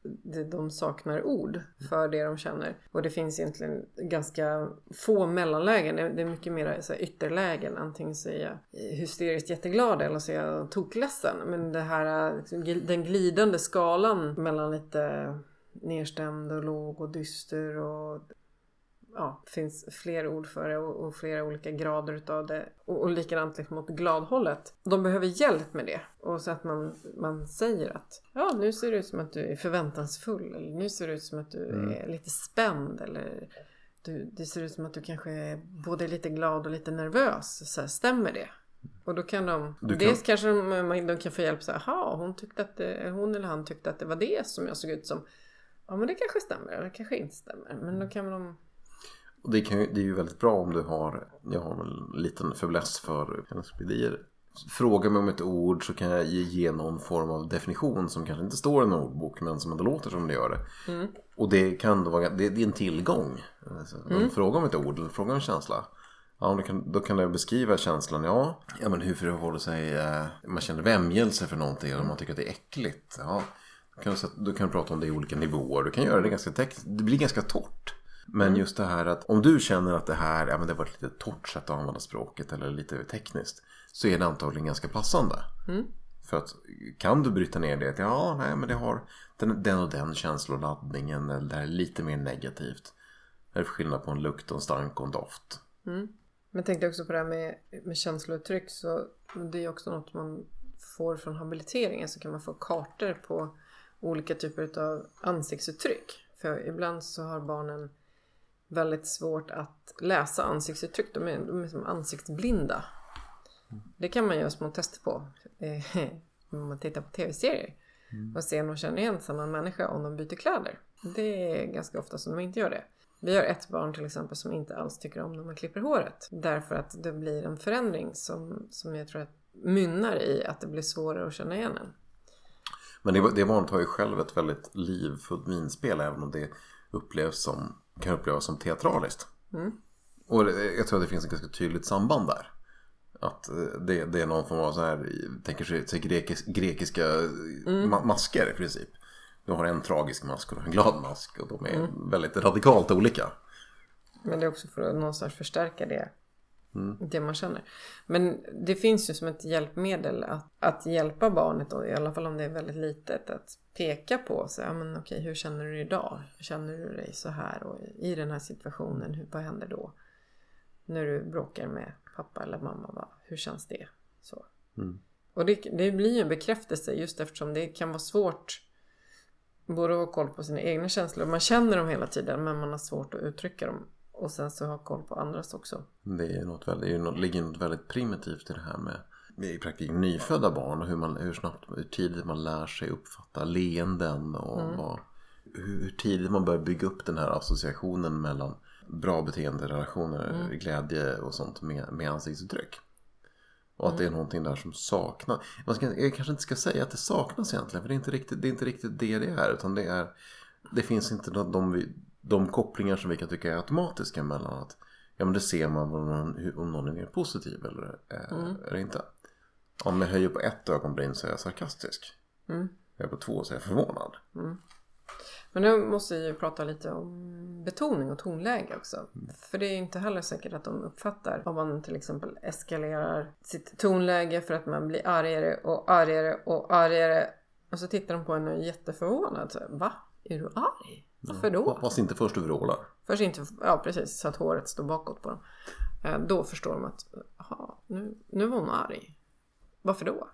de saknar ord för det de känner. Och det finns egentligen ganska få mellanlägen. Det är mycket mer så här ytterlägen. Antingen så är jag hysteriskt jätteglad eller så är jag tokledsen. Men det här, den glidande skalan mellan lite nedstämd och låg och dyster och ja, det finns fler ord för det och, och flera olika grader utav det. Och, och likadant liksom mot gladhållet. De behöver hjälp med det. Och så att man, man säger att ja, nu ser det ut som att du är förväntansfull. Eller nu ser det ut som att du mm. är lite spänd. Eller du, det ser ut som att du kanske är både lite glad och lite nervös. Så här, stämmer det? Och då kan de, kan... dels kanske de, de kan få hjälp så här, aha, hon tyckte att det, hon eller han tyckte att det var det som jag såg ut som. Ja, men det kanske stämmer eller det kanske inte stämmer. Men då kan de... Och det, kan, det är ju väldigt bra om du har, jag har en liten fäbless för encyklopedier. Fråga mig om ett ord så kan jag ge någon form av definition som kanske inte står i en ordbok men som ändå låter som det gör det. Mm. Och det kan då vara, det, det är en tillgång. Alltså, mm. Fråga om ett ord eller fråga om en känsla. Ja, då kan, då kan jag beskriva känslan, ja. Ja, men hur förhåller sig, eh, man känner vämjelse för någonting eller man tycker att det är äckligt. Ja, Kan du, du kan prata om det i olika nivåer. Du kan göra det ganska text, det blir ganska torrt. Men mm. just det här att om du känner att det här, ja men det var ett lite torrt sätt att använda språket eller lite tekniskt, så är det antagligen ganska passande. Mm. För att kan du bryta ner det att ja, nej men det har den, den och den känsloladdningen, eller det här är lite mer negativt. Det är skillnad på en lukt, en stank och en doft. Mm. Men jag tänkte också på det här med, med känslouttryck, så det är också något man får från habiliteringen, så kan man få kartor på olika typer av ansiktsuttryck. För ibland så har barnen väldigt svårt att läsa ansiktsuttryck. De är, de är som ansiktsblinda. Det kan man göra små tester på. Om man tittar på tv-serier. Mm. Och ser om de känner igen samma människa om de byter kläder. Det är ganska ofta som de inte gör det. Vi har ett barn till exempel som inte alls tycker om när man klipper håret. Därför att det blir en förändring som, som jag tror att mynnar i att det blir svårare att känna igen en. Men det, det barnet har ju själv ett väldigt livfullt minspel, även om det upplevs som, kan upplevas som teatraliskt. Mm. Och det, jag tror att det finns ett ganska tydligt samband där. Att det, det är någon form av så här, tänker sig, sig grekis, grekiska mm. ma- masker i princip. Du har en tragisk mask och en glad mask, och de är mm. väldigt radikalt olika. Men det är också för att någonstans förstärka det, mm. det man känner. Men det finns ju som ett hjälpmedel att, att hjälpa barnet, och i alla fall om det är väldigt litet, att peka på så, ja, men okej, hur känner du idag? Hur känner du dig så här? Och i den här situationen, hur, vad händer då? När du bråkar med pappa eller mamma, va? Hur känns det? Så. Mm. Och det, det blir ju en bekräftelse, just eftersom det kan vara svårt både att ha koll på sina egna känslor. Man känner dem hela tiden, men man har svårt att uttrycka dem. Och sen så ha koll på andras också. Det är något väldigt, det är något, ligger något väldigt primitivt i det här med, med i praktiken nyfödda barn. Och hur, man, hur snabbt, hur tidigt man lär sig uppfatta leenden. Och mm. vad, hur, hur tidigt man börjar bygga upp den här associationen mellan bra beteende, relationer, mm. glädje och sånt med, med ansiktsuttryck. Och att mm. det är någonting där som saknas. Man ska, jag kanske inte ska säga att det saknas egentligen, för det är inte riktigt det, är inte riktigt det det är. Utan det är, det finns inte de, de, de kopplingar som vi kan tycka är automatiska mellan att, ja men det ser man om någon, om någon är mer positiv eller, mm. eller inte. Om jag höjer på ett ögonbryn så är jag sarkastisk. Mm. Jag är på två så är jag förvånad. Mm. Men nu måste vi ju prata lite om betoning och tonläge också. Mm. För det är ju inte heller säkert att de uppfattar om man till exempel eskalerar sitt tonläge för att man blir argare och argare och argare. Och så tittar de på en och är jätteförvånad. Så, va? Är du arg? Varför då? Ja, fast inte först du vrålar. Först inte, ja precis, så att håret står bakåt på dem. Eh, då förstår de att, aha, nu, nu var hon arg. Varför då?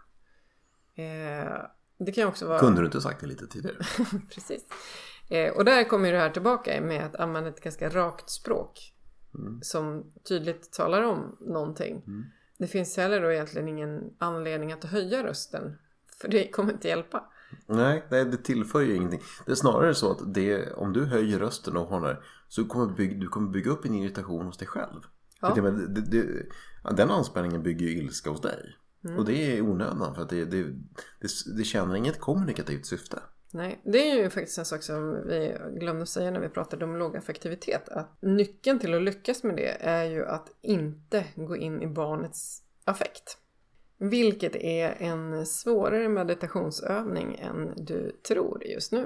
Eh... Det kan också vara... Kunde du inte sagt det lite tidigare? Precis. Eh, och där kommer det här tillbaka med att använda ett ganska rakt språk. Mm. Som tydligt talar om någonting. Mm. Det finns heller då egentligen ingen anledning att höja rösten. För det kommer inte hjälpa. Nej, det, det tillför ju ingenting. Det är snarare så att det, om du höjer rösten och håller, så kommer bygg, du kommer bygga upp en irritation hos dig själv. Ja. För det, det, det, den anspänningen bygger ju ilska hos dig. Mm. Och det är onödan, för att det, det, det, det känner inget kommunikativt syfte. Nej, det är ju faktiskt en sak som vi glömde säga när vi pratade om lågaffektivitet. Att nyckeln till att lyckas med det är ju att inte gå in i barnets affekt. Vilket är en svårare meditationsövning än du tror just nu.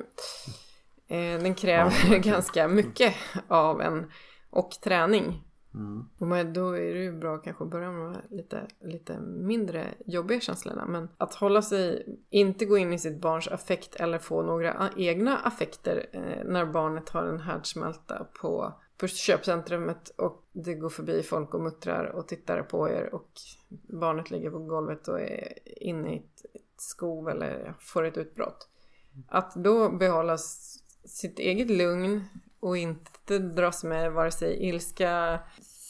Den kräver ja, ganska mycket av en och träning. Mm. Och då är det ju bra kanske att börja med lite, lite mindre jobbiga känslorna. Men att hålla sig, inte gå in i sitt barns affekt eller få några egna affekter eh, när barnet har en härdsmälta på, på köpcentrumet och det går förbi folk och muttrar och tittar på er och barnet ligger på golvet och är inne i ett, ett skov eller får ett utbrott. Att då behålla sitt eget lugn och inte dras med vare sig ilska,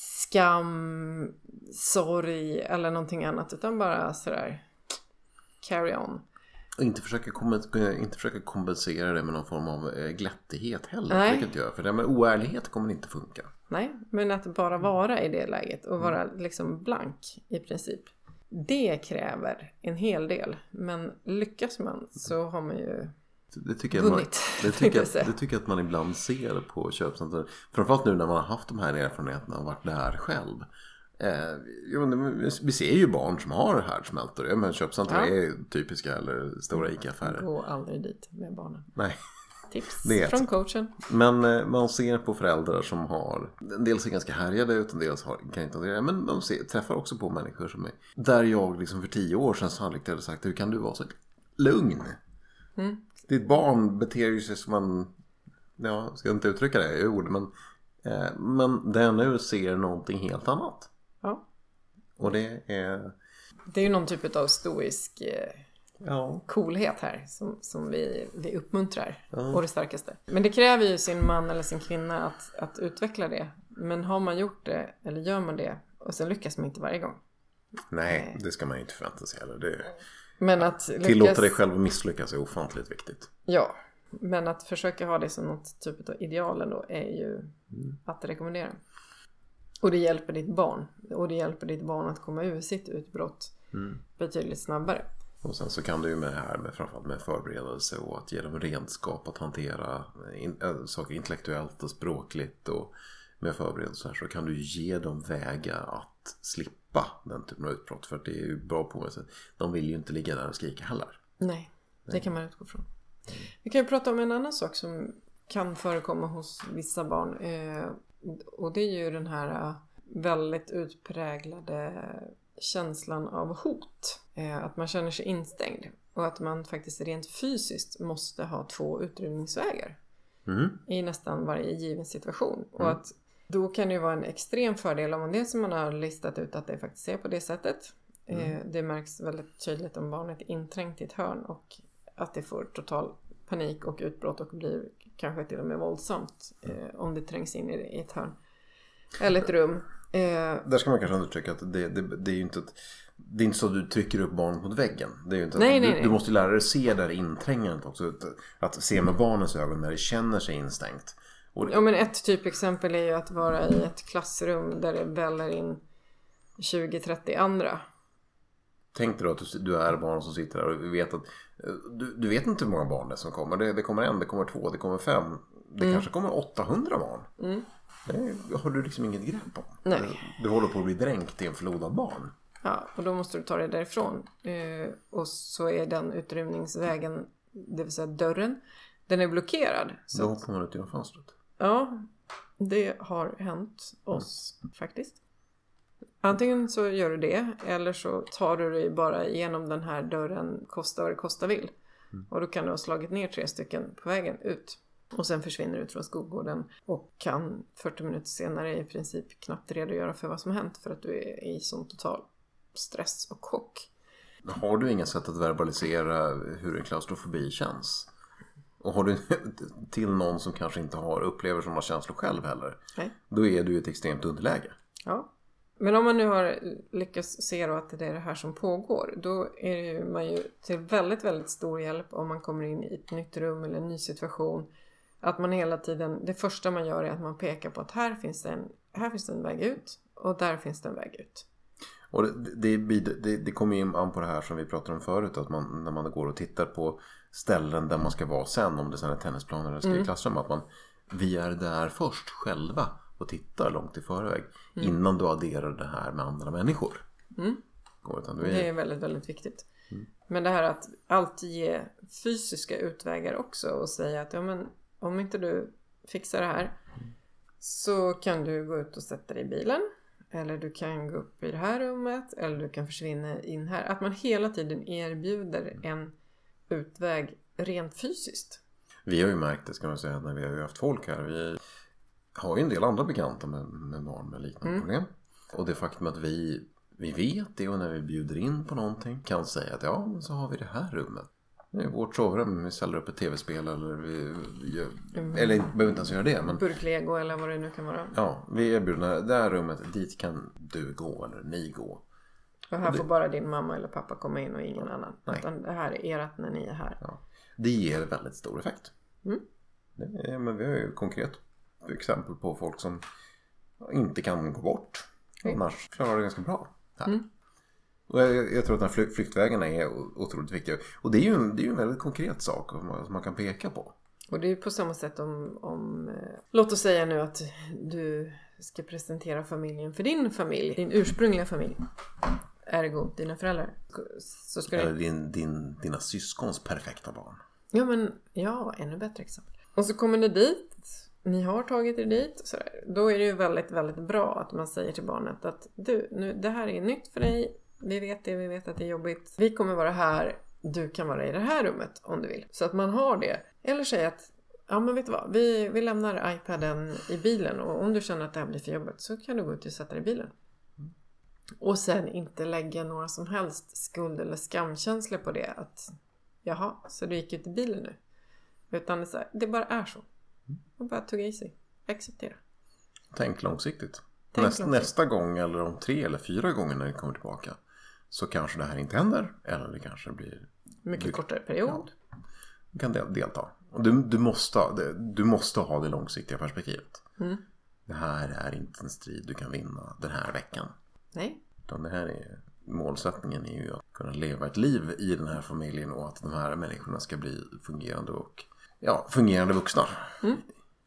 skam, sorg eller någonting annat, utan bara sådär carry on. Och inte försöka, inte försöka kompensera det med någon form av glättighet heller. Nej. Inte göra, för det med oärlighet kommer inte funka. Nej, men att bara vara i det läget och vara mm. liksom blank i princip. Det kräver en hel del. Men lyckas man så har man ju det tycker jag, man, det, tycker jag, det tycker jag att man ibland ser på köpcenter. Framförallt nu när man har haft de här erfarenheterna och varit där själv. Eh, jo, vi ser ju barn som har härdsmältor. Men köpcentrum ja. är typiska eller stora ICA-affärer. Gå aldrig dit med barnen. Nej. Tips det från coachen. Men eh, man ser på föräldrar som har, en del ser ganska härjade ut, en del har, kan inte hantera, men de ser, träffar också på människor som är, där jag liksom för tio år sedan sannolikt hade sagt, hur kan du vara så lugn? Mm. Ditt barn beter sig som man, ja, ska inte uttrycka det i ord, men, eh, men den nu ser någonting helt annat. Ja. Och det är... Det är ju någon typ av stoisk eh, ja. coolhet här som, som vi, vi uppmuntrar. Ja. Och det starkaste. Men det kräver ju sin man eller sin kvinna att, att utveckla det. Men har man gjort det, eller gör man det, och sen lyckas man inte varje gång. Nej, eh. det ska man ju inte förvänta sig heller. Det... Men att lyckas... Tillåta dig själv att misslyckas är ofantligt viktigt. Ja, men att försöka ha det som något typ av ideal ändå är ju mm. att rekommendera. Och det hjälper ditt barn. Och det hjälper ditt barn att komma ur sitt utbrott mm. betydligt snabbare. Och sen så kan du ju med det här med framförallt med förberedelse och att ge dem redskap att hantera in, äh, saker intellektuellt och språkligt och med förberedelse så kan du ge dem vägar att slippa den typen av utbrott, för att det är ju bra på sig. De vill ju inte ligga där och skrika heller. Nej, det kan man utgå från. Mm. Vi kan ju prata om en annan sak som kan förekomma hos vissa barn. Eh, och det är ju den här väldigt utpräglade känslan av hot. Eh, att man känner sig instängd. Och att man faktiskt rent fysiskt måste ha två utrymningsvägar. Mm. I nästan varje given situation. Mm. Och att då kan det ju vara en extrem fördel om man det som man har listat ut att det faktiskt är på det sättet. Mm. Eh, det märks väldigt tydligt om barnet är inträngt i ett hörn och att det får total panik och utbrott och blir kanske till och med våldsamt eh, om det trängs in i ett hörn. Eller ett rum. Eh, Där ska man kanske undertrycka att det, det, det är ju inte ett, det är inte så att du trycker upp barnet mot väggen. Det är ju inte nej, att, nej, du, nej. du måste lära dig se där inträngandet också. Att, att se med barnens ögon när det känner sig instängt. Och, ja, men ett typexempel är ju att vara i ett klassrum där det väller in tjugo trettio andra. Tänk dig då att du är barn som sitter där och vi vet att du, du vet inte hur många barn det som kommer. Det, det kommer en, det kommer två, det kommer fem. Det mm. kanske kommer åttahundra barn. Mm. Det har du liksom inget grepp om. Nej. Du, du håller på att bli dränkt i en flod av barn. Ja, och då måste du ta dig därifrån. Eh, och så är den utrymningsvägen, det vill säga dörren, den är blockerad. Så då hoppar man ut genom fönstret. Ja, det har hänt oss mm. faktiskt. Antingen så gör du det, eller så tar du dig bara igenom den här dörren, kosta vad det kosta vill. Mm. Och då kan du ha slagit ner tre stycken på vägen ut. Och sen försvinner du ut från skolgården och kan fyrtio minuter senare i princip knappt redogöra för vad som har hänt, för att du är i sån total stress och chock. Har du inga sätt att verbalisera hur en klaustrofobi känns? Och har du till någon som kanske inte har upplever sådana känslor själv heller, nej, då är du i ett extremt underläge. Ja. Men om man nu har lyckats se då att det är det här som pågår, då är man ju till väldigt, väldigt stor hjälp om man kommer in i ett nytt rum eller en ny situation. Att man hela tiden, det första man gör är att man pekar på att här finns det en, här finns det en väg ut och där finns det en väg ut. Och det, det, det, det kommer ju an på det här som vi pratade om förut, att man, när man går och tittar på ställen där man ska vara sen, om det sen är tennisplaner eller skrivklassrum, mm. att man, vi är där först själva och tittar långt i förväg mm. innan du adderar det här med andra människor. Mm. Utan du är... Det är väldigt, väldigt viktigt. Mm. Men det här att alltid ge fysiska utvägar också och säga att ja, men, om inte du fixar det här mm. så kan du gå ut och sätta dig i bilen. Eller du kan gå upp i det här rummet. Eller du kan försvinna in här. Att man hela tiden erbjuder en utväg rent fysiskt. Vi har ju märkt det, ska man säga, när vi har haft folk här. Vi har ju en del andra bekanta med, med barn med liknande mm. problem. Och det faktum att vi, vi vet det, och när vi bjuder in på någonting kan säga att ja, men så har vi det här rummet. Det är vårt sovrum, vi ställer upp ett tv-spel eller vi, vi gör, mm. eller behöver inte ens göra det, men burklego eller vad det nu kan vara. Ja, vi erbjuder det här rummet, dit kan du gå eller ni gå. Och här och det, får bara din mamma eller pappa komma in och ingen annan. Nej. Utan det här är ert när ni är här. Ja. Det ger väldigt stor effekt. Mm. Det är, men vi har ju konkret exempel på folk som inte kan gå bort. Mm. Annars klarar det ganska bra här. Mm. Och jag, jag tror att den här flyktvägarna är otroligt viktiga. Och det är ju en, det är ju en väldigt konkret sak som man, som man kan peka på. Och det är ju på samma sätt om, om... Låt oss säga nu att du ska presentera familjen för din familj, din ursprungliga familj, ergo dina föräldrar, så ska Eller det... din, din, dina syskons perfekta barn. Ja, men ja, ännu bättre exempel. Och så kommer ni dit, ni har tagit er dit, så där. Då är det ju väldigt, väldigt bra att man säger till barnet att du, nu, det här är nytt för dig, vi vet det, vi vet att det är jobbigt, vi kommer vara här, du kan vara i det här rummet om du vill. Så att man har det. Eller säga att ja, men vet du vad? Vi, vi lämnar iPaden i bilen. Och om du känner att det här blir för jobbigt så kan du gå ut och sätta dig i bilen. Mm. Och sen inte lägga några som helst skuld- eller skamkänslor på det. Att jaha, så du gick ut i bilen nu. Utan det, så här, det bara är så. Och bara tugga i sig. Acceptera. Tänk långsiktigt. Tänk Nästa, långsiktigt. nästa gång eller om tre eller fyra gånger när ni kommer tillbaka. Så kanske det här inte händer. Eller det kanske blir... Mycket du, kortare period. Ja, du kan del, delta. Och du, du, måste, du måste ha det långsiktiga perspektivet. Mm. Det här är inte en strid du kan vinna den här veckan. Nej. Utan det här är, målsättningen är ju att kunna leva ett liv i den här familjen. Och att de här människorna ska bli fungerande och ja, fungerande vuxna. Mm.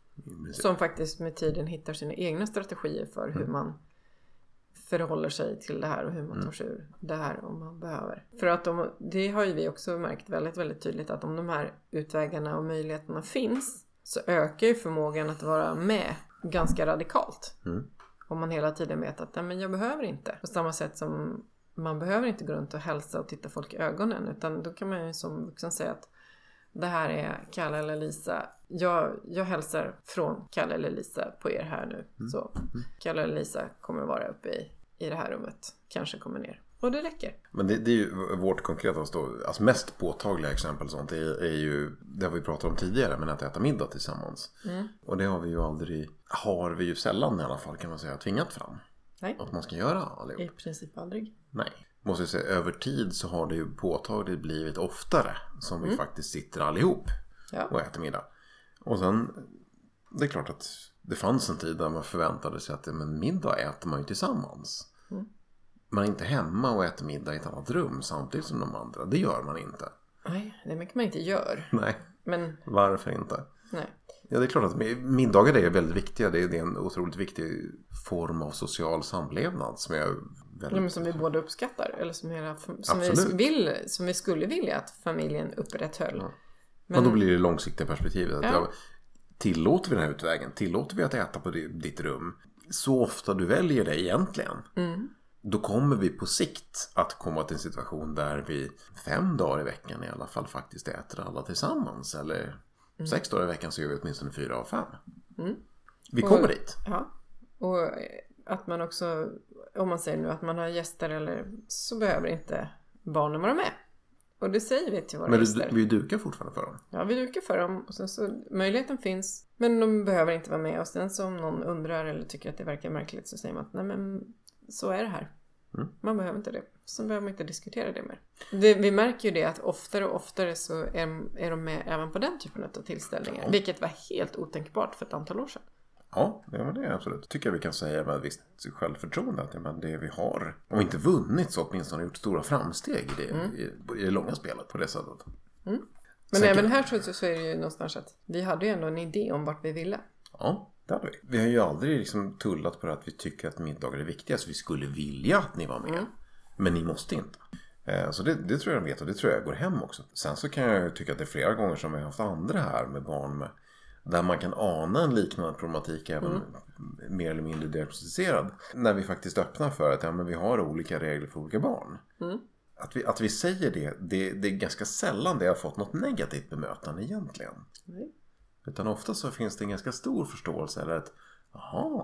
Som faktiskt med tiden hittar sina egna strategier för hur Mm. man förhåller sig till det här och hur man tar sig ur det här om man behöver. För att de, det har ju vi också märkt väldigt, väldigt tydligt att om de här utvägarna och möjligheterna finns så ökar ju förmågan att vara med ganska radikalt. Mm. Om man hela tiden vet att nej, men jag behöver inte. På samma sätt som man behöver inte gå runt och hälsa och titta folk i ögonen, utan då kan man ju som vuxen säga att det här är Kalle eller Lisa. Jag, jag hälsar från Kalle eller Lisa på er här nu. Mm. Så Kalle eller Lisa kommer vara uppe i, i det här rummet. Kanske kommer ner. Och det räcker. Men det, det är ju vårt konkreta stå, alltså mest påtagliga exempel sånt är, är ju det har vi pratat om tidigare, men att äta middag tillsammans. Mm. Och det har vi ju aldrig, har vi ju sällan i alla fall kan man säga, tvingat fram. Nej. Att man ska göra allihop. I princip aldrig. Nej. Måste jag säga, över tid så har det ju påtagligt blivit oftare som Mm. vi faktiskt sitter allihop Ja. och äter middag. Och sen, det är klart att det fanns en tid där man förväntade sig att men middag äter man ju tillsammans. Mm. Man är inte hemma och äter middag i ett annat rum samtidigt som de andra. Det gör man inte. Nej, det är mycket man inte gör. Nej, Men varför inte? nej. Ja, det är klart att middagar är väldigt viktiga. Det är en otroligt viktig form av social samlevnad som är väldigt... Ja, men som vi båda uppskattar. Eller som, hela, som, vi Absolut. vill, som vi skulle vilja att familjen upprätthöll. Ja. Men, Och då blir det långsiktiga perspektivet. Att Ja. jag, tillåter vi den här utvägen? Tillåter vi att äta på ditt rum? Så ofta du väljer det egentligen. Mm. Då kommer vi på sikt att komma till en situation där vi fem dagar i veckan i alla fall faktiskt äter alla tillsammans. Eller mm. sex dagar i veckan så gör vi åtminstone fyra av fem. Mm. Vi Och- kommer dit. Ja, och att man också, om man säger nu att man har gäster eller så behöver inte barnen vara med. Och det säger vi till våra Men gäster. vi, vi dukar fortfarande för dem. Ja, vi dukar för dem och sen så möjligheten finns, men de behöver inte vara med. Och sen så om någon undrar eller tycker att det verkar märkligt så säger man att nej men så är det här. Mm. Man behöver inte det. Så behöver man inte diskutera det mer. Det, vi märker ju det att oftare och oftare så är, är de med även på den typen av tillställningar. Ja. Vilket var helt otänkbart för ett antal år sedan. Ja, det var det absolut. Tycker jag vi kan säga med ett visst självförtroende att men det vi har, om inte vunnit så åtminstone gjort stora framsteg i det, Mm. i, i det långa spelet på det sättet. Mm. Men Säkert. även här så, så är det ju någonstans att vi hade ju ändå en idé om vart vi ville. Ja, det hade vi. Vi har ju aldrig liksom tullat på att vi tycker att middagar är viktiga så vi skulle vilja att ni var med. Mm. Men ni måste inte. Eh, Så det, det tror jag de vet och det tror jag går hem också. Sen så kan jag ju tycka att det är flera gånger som vi har haft andra här med barn med, där man kan ana en liknande problematik även Mm. mer eller mindre diagnostiserad. När vi faktiskt öppnar för att ja, men vi har olika regler för olika barn. Mm. Att vi, att vi säger det, det, det är ganska sällan det har fått något negativt bemötande egentligen. Nej. Utan ofta så finns det en ganska stor förståelse eller att jaha,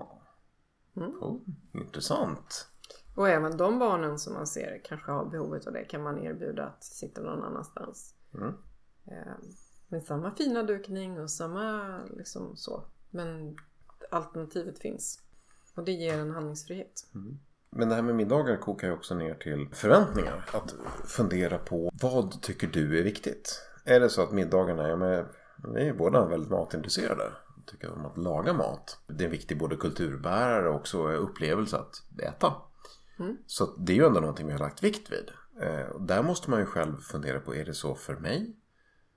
Mm. oh, intressant. Och även de barnen som man ser kanske har behovet av det kan man erbjuda att sitta någon annanstans. Mm. Eh, med samma fina dukning och samma liksom så. Men alternativet finns. Och det ger en handlingsfrihet. Men det här med middagar kokar ju också ner till förväntningar. Att fundera på vad tycker du är viktigt? Är det så att middagarna, ja, men vi är båda väldigt matintresserade. Tycker om att laga mat. Det är en viktig både kulturbärare och också upplevelse att äta. Mm. Så att det är ju ändå någonting vi har lagt vikt vid. Eh, och där måste man ju själv fundera på, är det så för mig?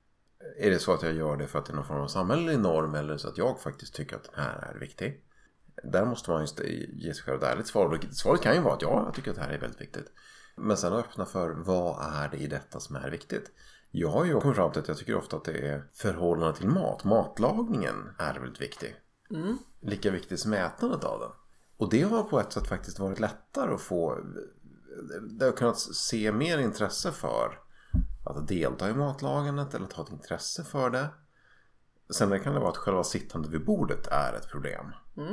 Är det så att jag gör det för att det är någon form av samhällelig norm eller så att jag faktiskt tycker att den här är viktig? Där måste man just ge sig själv ett ärligt svar. Svaret kan ju vara att ja, jag tycker att det här är väldigt viktigt. Men sen öppna för vad är det i detta som är viktigt. Jag har ju kommit fram till att jag tycker ofta att det är förhållande till mat. Matlagningen är väldigt viktig. Mm. Lika viktig som ätandet av den. Och det har på ett sätt faktiskt varit lättare att få. Det har kunnat se mer intresse för att delta i matlagandet eller att ha ett intresse för det. Sen kan det vara att själva sittande vid bordet är ett problem. Mm.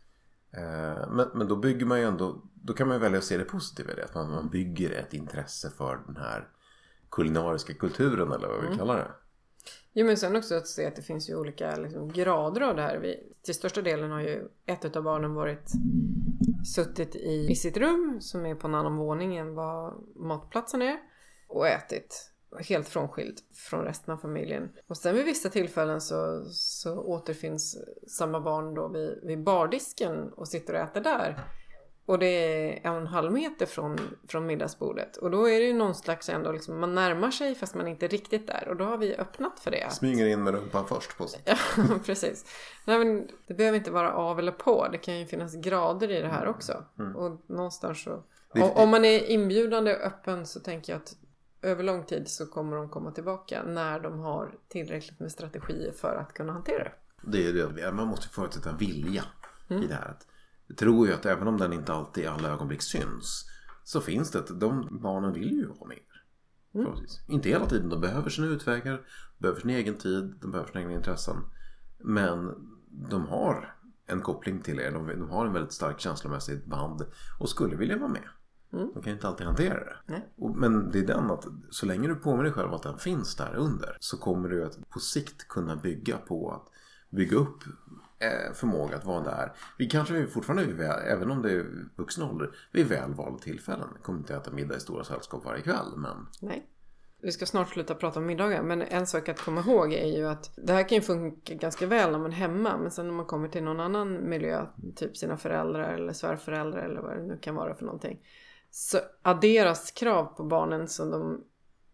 Men, men då bygger man ju ändå, då kan man ju välja att se det positiva i det. Att man, man bygger ett intresse för den här kulinariska kulturen eller vad vi mm. kallar det. Jo, men sen också att se att det finns ju olika liksom, grader av det här. Vi, till största delen har ju ett av barnen varit suttit i, i sitt rum som är på en annan våning än vad matplatsen är och ätit helt frånskilt från resten av familjen. Och sen vid vissa tillfällen så, så återfinns samma barn då vid, vid bardisken och sitter och äter där. Och det är en och en halv meter från, från middagsbordet. Och då är det ju någon slags ändå liksom, man närmar sig fast man inte är riktigt där. Och då har vi öppnat för det. Smyger in med rumpan först på sig. Ja, precis. Nej, men det behöver inte vara av eller på. Det kan ju finnas grader i det här också. Mm. Och någonstans så... Det... Om man är inbjudande och öppen så tänker jag att över lång tid så kommer de komma tillbaka när de har tillräckligt med strategier för att kunna hantera det. Det är det. Man måste förutsätta en vilja mm. i det här. Jag tror ju att även om den inte alltid i alla ögonblick syns så finns det att de barnen vill ju vara med. Mm. Inte hela tiden. De behöver sina utvägar, behöver sin egen tid, de behöver sina egna intressen. Men de har en koppling till er. De, de har en väldigt stark känslomässigt band och skulle vilja vara med. Mm. De kan inte alltid hantera det. Nej. Och, men det är den att så länge du påminner dig själv att den finns där under så kommer du att på sikt kunna bygga på att bygga upp eh, förmåga att vara där. Vi kanske fortfarande, är väl, även om det är vuxen ålder, vi är välvalda tillfällen. Vi kommer inte äta middag i stora sällskap varje kväll. Men... Nej. Vi ska snart sluta prata om middagar. Men en sak att komma ihåg är ju att det här kan ju funka ganska väl när man är hemma. Men sen när man kommer till någon annan miljö, typ sina föräldrar eller svärföräldrar eller vad det nu kan vara för någonting. Så adderas krav på barnen som de...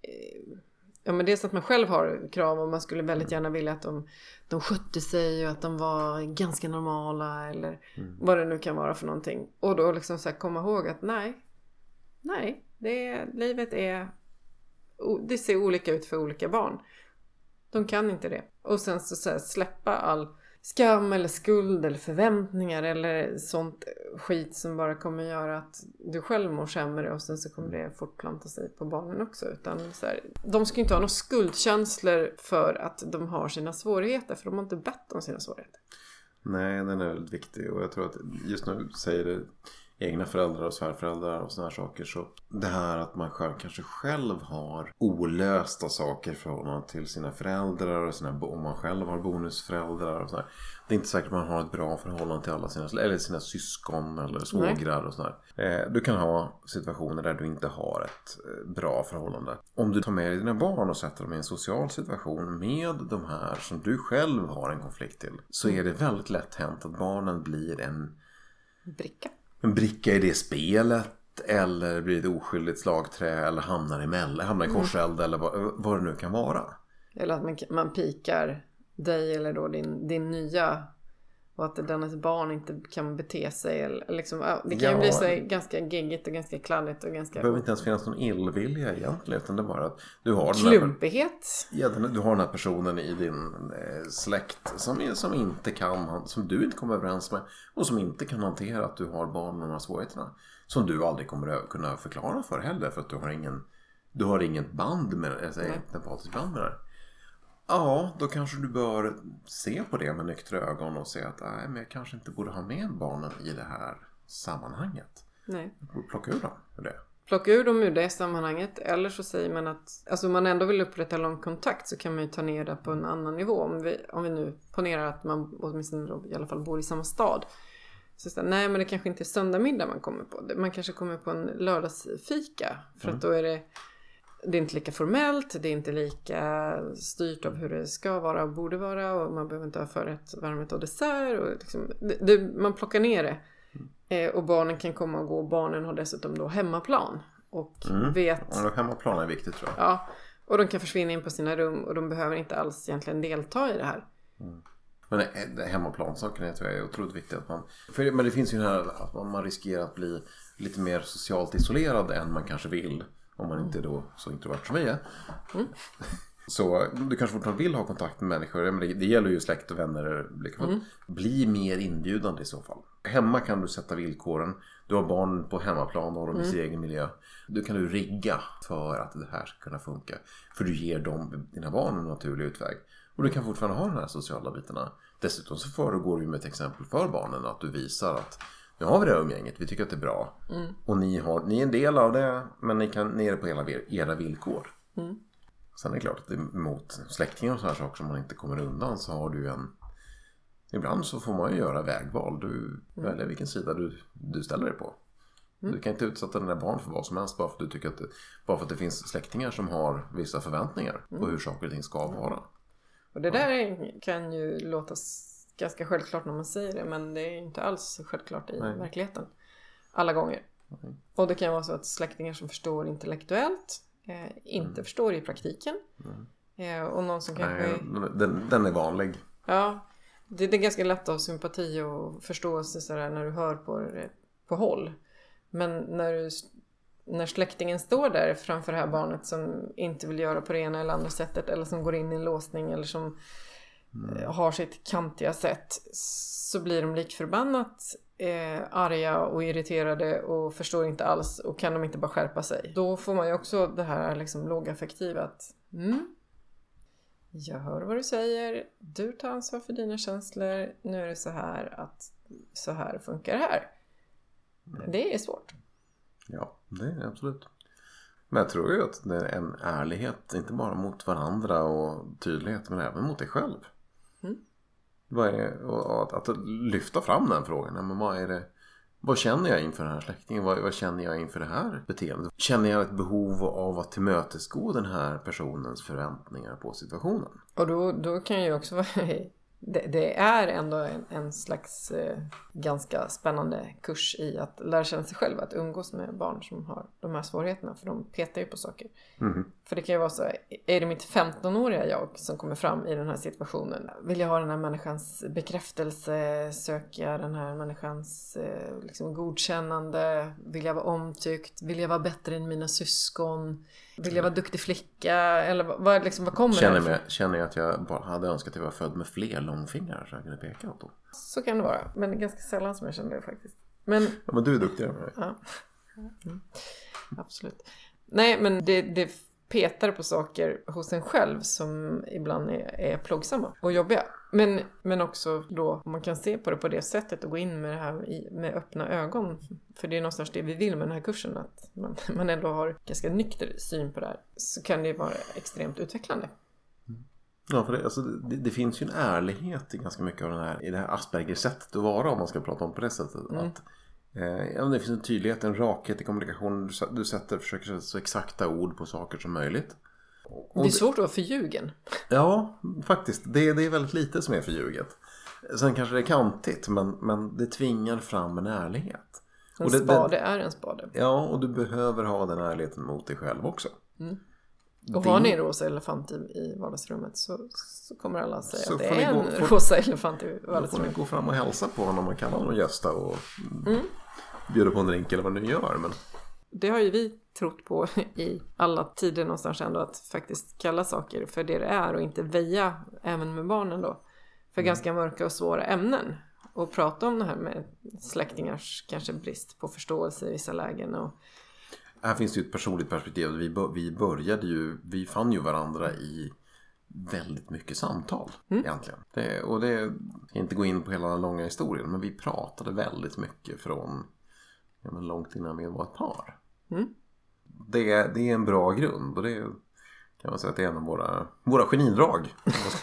Ja, men dels att man själv har krav och man skulle väldigt gärna vilja att de, de skötte sig och att de var ganska normala eller mm. vad det nu kan vara för någonting. Och då liksom så här komma ihåg att nej, nej, det, livet är... Det ser olika ut för olika barn. De kan inte det. Och sen så, så här, släppa all skam eller skuld eller förväntningar eller sånt skit som bara kommer göra att du själv mår sämre och sen så kommer det fortplanta sig på barnen också. Utan så här, de ska inte ha några skuldkänslor för att de har sina svårigheter, för de har inte bett om sina svårigheter. Nej, den är väldigt viktig och jag tror att just nu säger det egna föräldrar och svärföräldrar och såna här saker, så det här att man själv, kanske själv har olösta saker förhållande till sina föräldrar och sina, om man själv har bonusföräldrar och sådär. Det är inte säkert att man har ett bra förhållande till alla sina, eller sina syskon eller svågrar och sådär. Eh, du kan ha situationer där du inte har ett eh, bra förhållande. Om du tar med dina barn och sätter dem i en social situation med de här som du själv har en konflikt till, så är det väldigt lätt hänt att barnen blir en bricka. En bricka i det spelet, eller blir ett oskyldigt slagträ, eller hamnar i mäll, hamnar i korseld mm. eller vad, vad det nu kan vara. Eller att man, man pikar dig eller då din, din nya, och att dennes barn inte kan bete sig. Eller, liksom, det kan ja, ju bli så ganska geggigt och ganska kladdigt och ganska... Det behöver inte ens finnas någon illvilja egentligen, utan det är bara att du har klumpighet. Den här, ja, du har den här personen i din eh, släkt som, som inte kan, som du inte kommer överens med och som inte kan hantera att du har barn med de här svårigheterna. Som du aldrig kommer att kunna förklara för heller, för att du har ingen, du har inget band med det, alltså ett empatiskt band med det. Ja, då kanske du bör se på det med nyktra ögon och se att nej, men jag kanske inte borde ha med barnen i det här sammanhanget. Nej. Plocka ur dem ur det. Plocka ur dem ur det sammanhanget. Eller så säger man att alltså om man ändå vill upprätta lång kontakt så kan man ju ta ner det på en annan nivå. Om vi, om vi nu ponerar att man åtminstone i alla fall bor i samma stad. Så, så nej, men det kanske inte är söndagmiddag man kommer på. Man kanske kommer på en lördagsfika. För mm. att då är det... Det är inte lika formellt, det är inte lika styrt av hur det ska vara och borde vara, och man behöver inte ha förrätt, varmrätt och dessert och liksom, det, det, man plockar ner det eh, och barnen kan komma och gå, och barnen har dessutom då hemmaplan och mm. vet... Ja, hemmaplan är viktigt, tror jag. Ja, och de kan försvinna in på sina rum och de behöver inte alls egentligen delta i det här. Mm. Men hemmaplansakerna tror jag är otroligt viktigt att man, för, men det finns ju den här att man, man riskerar att bli lite mer socialt isolerad än man kanske vill, om man inte är då så introvert som vi är. Mm. Så du kanske fortfarande vill ha kontakt med människor, men det, det gäller ju släkt och vänner. Mm. Bli mer inbjudande i så fall. Hemma kan du sätta villkoren. Du har barn på hemmaplan och de i mm. sin egen miljö. Du kan du rigga för att det här ska kunna funka. För du ger dem, dina barn, en naturlig utväg. Och du kan fortfarande ha de här sociala bitarna. Dessutom så föregår du med ett exempel för barnen, att du visar att nu har vi det här umgänget, vi tycker att det är bra. Mm. Och ni, har, ni är en del av det, men ni, kan, ni är det på era, era villkor. Mm. Sen är det klart att det är mot släktingar och så här saker som man inte kommer undan, så har du en... Ibland så får man ju göra vägval. Du mm. väljer vilken sida du, du ställer dig på. Mm. Du kan inte utsätta den där barn för vad som helst bara för att du tycker att det, bara för att det finns släktingar som har vissa förväntningar mm. på hur saker och ting ska vara. Och det där kan ju låta ganska självklart när man säger det, men det är inte alls självklart i Nej. verkligheten. Alla gånger. Mm. Och det kan vara så att släktingar som förstår intellektuellt eh, inte mm. förstår i praktiken. Mm. Eh, och någon som kanske... Nej, den, den är vanlig. Ja, det, det är ganska lätt att ha sympati och förståelse sådär när du hör på det på håll. Men när, du, när släktingen står där framför det här barnet som inte vill göra på det ena eller andra sättet, eller som går in i en låsning eller som mm. har sitt kantiga sätt, så blir de likförbannat eh, arga och irriterade och förstår inte alls, och kan de inte bara skärpa sig. Då får man ju också det här liksom lågaffektiva att mm, jag hör vad du säger, du tar ansvar för dina känslor, nu är det så här att så här funkar det här. Mm. Det är svårt. Ja, det är det absolut. Men jag tror ju att det är en ärlighet, inte bara mot varandra och tydlighet, men även mot dig själv. Mm. Vad är, och att, att lyfta fram den frågan. Men vad är det, vad känner jag inför den här släktingen? Vad, vad känner jag inför det här beteendet? Känner jag ett behov av att tillmötesgå den här personens förväntningar på situationen? Och då, då kan ju också vara... Det, det är ändå en, en slags eh, ganska spännande kurs i att lära känna sig själv, att umgås med barn som har de här svårigheterna, för de petar ju på saker. Mm. För det kan ju vara så, är det mitt femtonåriga jag som kommer fram i den här situationen? Vill jag ha den här människans bekräftelse? Söker jag den här människans eh, liksom godkännande? Vill jag vara omtyckt? Vill jag vara bättre än mina syskon? Vill jag vara duktig flicka? Eller vad, liksom, vad kommer känner, med, känner jag att jag bara hade önskat att jag var född med fler långfingrar så jag kunde peka åt dem? Så kan det vara. Men det är ganska sällan som jag känner det faktiskt. Men, ja, men du är duktigare med det. Ja. Mm. Absolut. Nej, men det, det petar på saker hos en själv som ibland är, är plågsamma och jobbiga. Men, men också då man kan se på det på det sättet och gå in med det här i, med öppna ögon. För det är någonstans det vi vill med den här kursen, att man, man ändå har ganska nykter syn på det här. Så kan det vara extremt utvecklande. Mm. Ja, för det, alltså, det, det finns ju en ärlighet i ganska mycket av den här, i det här Asperger-sättet att vara, om man ska prata om på det sättet. Mm. Att, eh, ja, det finns en tydlighet, en rakhet i kommunikationen. Du, du sätter, försöker sätta så exakta ord på saker som möjligt. Och det är svårt att vara förljugen. Ja, faktiskt. Det, det är väldigt lite som är förljuget. Sen kanske det är kantigt, men, men det tvingar fram en ärlighet. En och det, spade det, är en spade. Ja, och du behöver ha den ärligheten mot dig själv också. Mm. Och har ni en rosa elefant i, i vardagsrummet så, så kommer alla säga så att det är en gå, rosa elefant i vardagsrummet. Då får ni gå fram och hälsa på honom, man kan honom gästa och mm. bjuda på en drink eller vad ni gör. Men... Det har ju vi trott på i alla tider någonstans ändå, att faktiskt kalla saker för det det är och inte väja även med barnen då för mm. ganska mörka och svåra ämnen, och prata om det här med släktingars kanske brist på förståelse i vissa lägen. Och här finns det ju ett personligt perspektiv. Vi, vi började ju, vi fann ju varandra i väldigt mycket samtal mm. egentligen. Det, och det, jag ska inte gå in på hela den långa historien, men vi pratade väldigt mycket från ja, men långt innan vi var ett par. Mm. Det, det är en bra grund, och det kan man säga att det är en av våra, våra genidrag.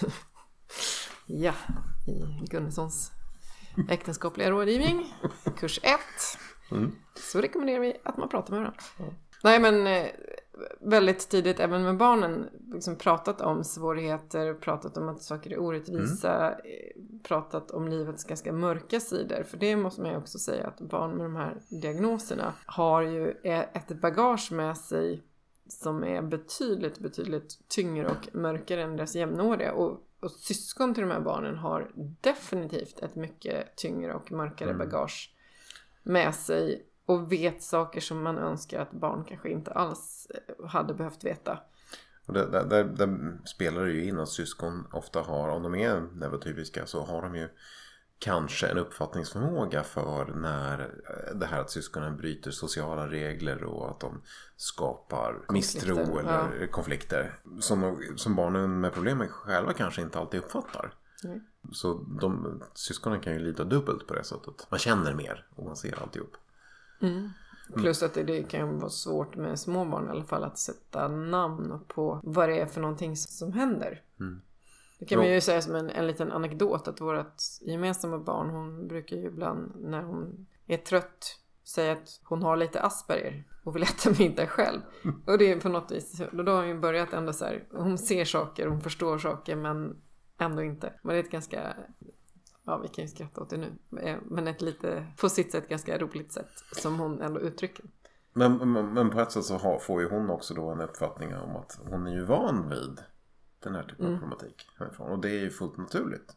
Ja, i Gunnessons äktenskapliga rådgivning, kurs ett. Mm. Så rekommenderar vi att man pratar med varandra. Mm. Nej, men eh, väldigt tidigt även med barnen liksom pratat om svårigheter, pratat om att saker är orättvisa, mm. eh, pratat om livets ganska mörka sidor. För det måste man ju också säga, att barn med de här diagnoserna har ju ett bagage med sig som är betydligt, betydligt tyngre och mörkare än deras jämnåriga. Och och syskon till de här barnen har definitivt ett mycket tyngre och mörkare mm. bagage med sig och vet saker som man önskar att barn kanske inte alls hade behövt veta. Och där, där, där, där spelar det ju in att syskon ofta har, om de är neurotypiska, så har de ju kanske en uppfattningsförmåga för när det här att syskonen bryter sociala regler och att de skapar konflikter, misstro eller ja. konflikter som, som barnen med problem med själva kanske inte alltid uppfattar. Mm. Så de, syskonen kan ju lida dubbelt på det sättet. Man känner mer och man ser alltihop. Mm. Plus att det, det kan vara svårt med små barn i alla fall att sätta namn på vad det är för någonting som händer. Mm. Det kan man ju säga som en, en liten anekdot att vårt gemensamma barn, hon brukar ju ibland när hon är trött säga att hon har lite Asperger och vill äta middag själv. Och det är på något vis, då har hon ju börjat ändå så här, hon ser saker, hon förstår saker men ändå inte. Men det är ett ganska, ja vi kan ju skratta åt det nu, men ett lite, på sitt sätt ganska roligt sätt som hon ändå uttrycker. Men, men, men på ett sätt så har, får ju hon också då en uppfattning om att hon är ju van vid den här typen av mm. problematik härifrån. Och det är ju fullt naturligt.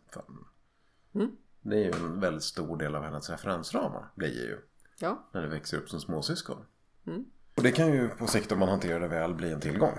Mm. Det är ju en väldigt stor del av hennes referensramar. Blir ju. Ja. När det växer upp som småsyskon. Mm. Och det kan ju på sikt om man hanterar det väl bli en tillgång.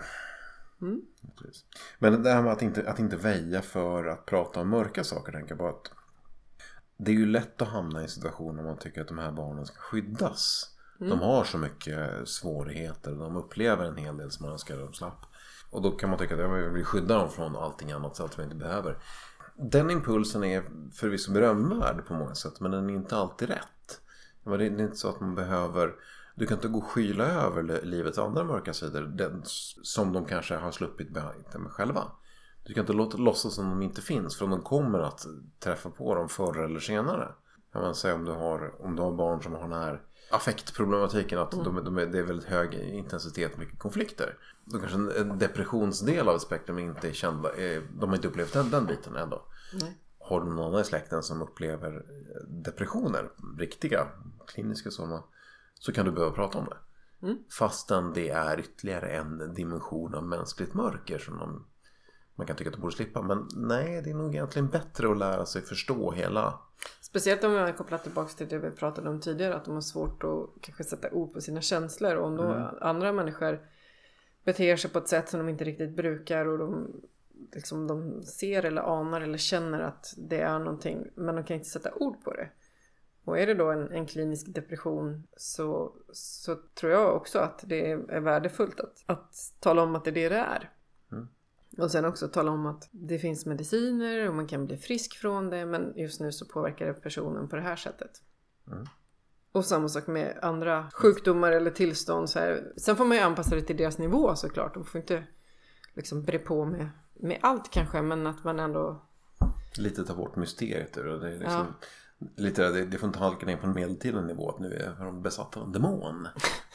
Mm. Men det här med att inte, att inte väja för att prata om mörka saker. Tänker jag bara att det är ju lätt att hamna i en situation om man tycker att de här barnen ska skyddas. Mm. De har så mycket svårigheter. De upplever en hel del som man önskar de slapp. Och då kan man tycka att jag vill skydda dem från allting annat så att vi inte behöver. Den impulsen är förvisso berömvärd på många sätt. Men den är inte alltid rätt. Det är inte så att man behöver... Du kan inte gå och skyla över livets andra mörka sidor. Den, som de kanske har sluppit med själva. Du kan inte låta låtsas som de inte finns. För de kommer att träffa på dem förr eller senare. Kan man säga om du har, om du har barn som har den här... affektproblematiken att mm. de, de är, det är väldigt hög intensitet, mycket konflikter. Då kanske en, en depressionsdel av spektrum inte är kända, är, de har inte upplevt den, den biten ändå. Mm. Har du någon annan i släkten som upplever depressioner, riktiga, kliniska sådana, så kan du behöva prata om det. Mm. Fastän det är ytterligare en dimension av mänskligt mörker som de, man kan tycka att de borde slippa. Men nej, det är nog egentligen bättre att lära sig förstå hela... Speciellt om jag kopplar tillbaka till det vi pratade om tidigare, att de har svårt att kanske sätta ord på sina känslor. Och om då mm. andra människor beter sig på ett sätt som de inte riktigt brukar och de, liksom, de ser eller anar eller känner att det är någonting, men de kan inte sätta ord på det. Och är det då en, en klinisk depression så, så tror jag också att det är värdefullt att, att tala om att det är det det är. Mm. Och sen också tala om att det finns mediciner och man kan bli frisk från det. Men just nu så påverkar det personen på det här sättet. Mm. Och samma sak med andra sjukdomar eller tillstånd. Så här. Sen får man ju anpassa det till deras nivå såklart. De får inte liksom bre på med, med allt kanske. Men att man ändå... Lite ta bort mysteriet. Det, är liksom, ja. lite, det, det får inte halka ner på en medeltida nivå. Att nu är de besatta av en demon.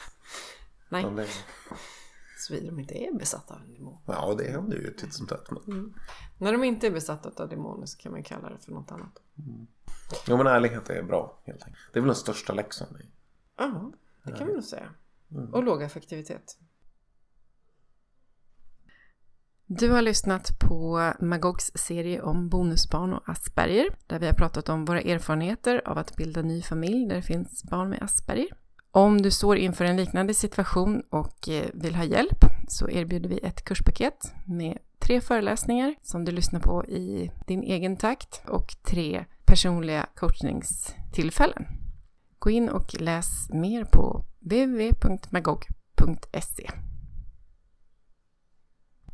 Nej. De är... Såvida de inte är besatta av en demon. Ja, det är ju titt som tätt. Mm. När de inte är besatta av demoner så kan man kalla det för något annat. Mm. Jo, men ärlighet är bra helt enkelt. Det är väl den största läxan. Ja, det kan man nog säga. Mm. Och låg effektivitet. Du har lyssnat på Magogs serie om bonusbarn och Asperger. Där vi har pratat om våra erfarenheter av att bilda ny familj där det finns barn med Asperger. Om du står inför en liknande situation och vill ha hjälp så erbjuder vi ett kurspaket med tre föreläsningar som du lyssnar på i din egen takt och tre personliga coachningstillfällen. Gå in och läs mer på w w w punkt magog punkt se.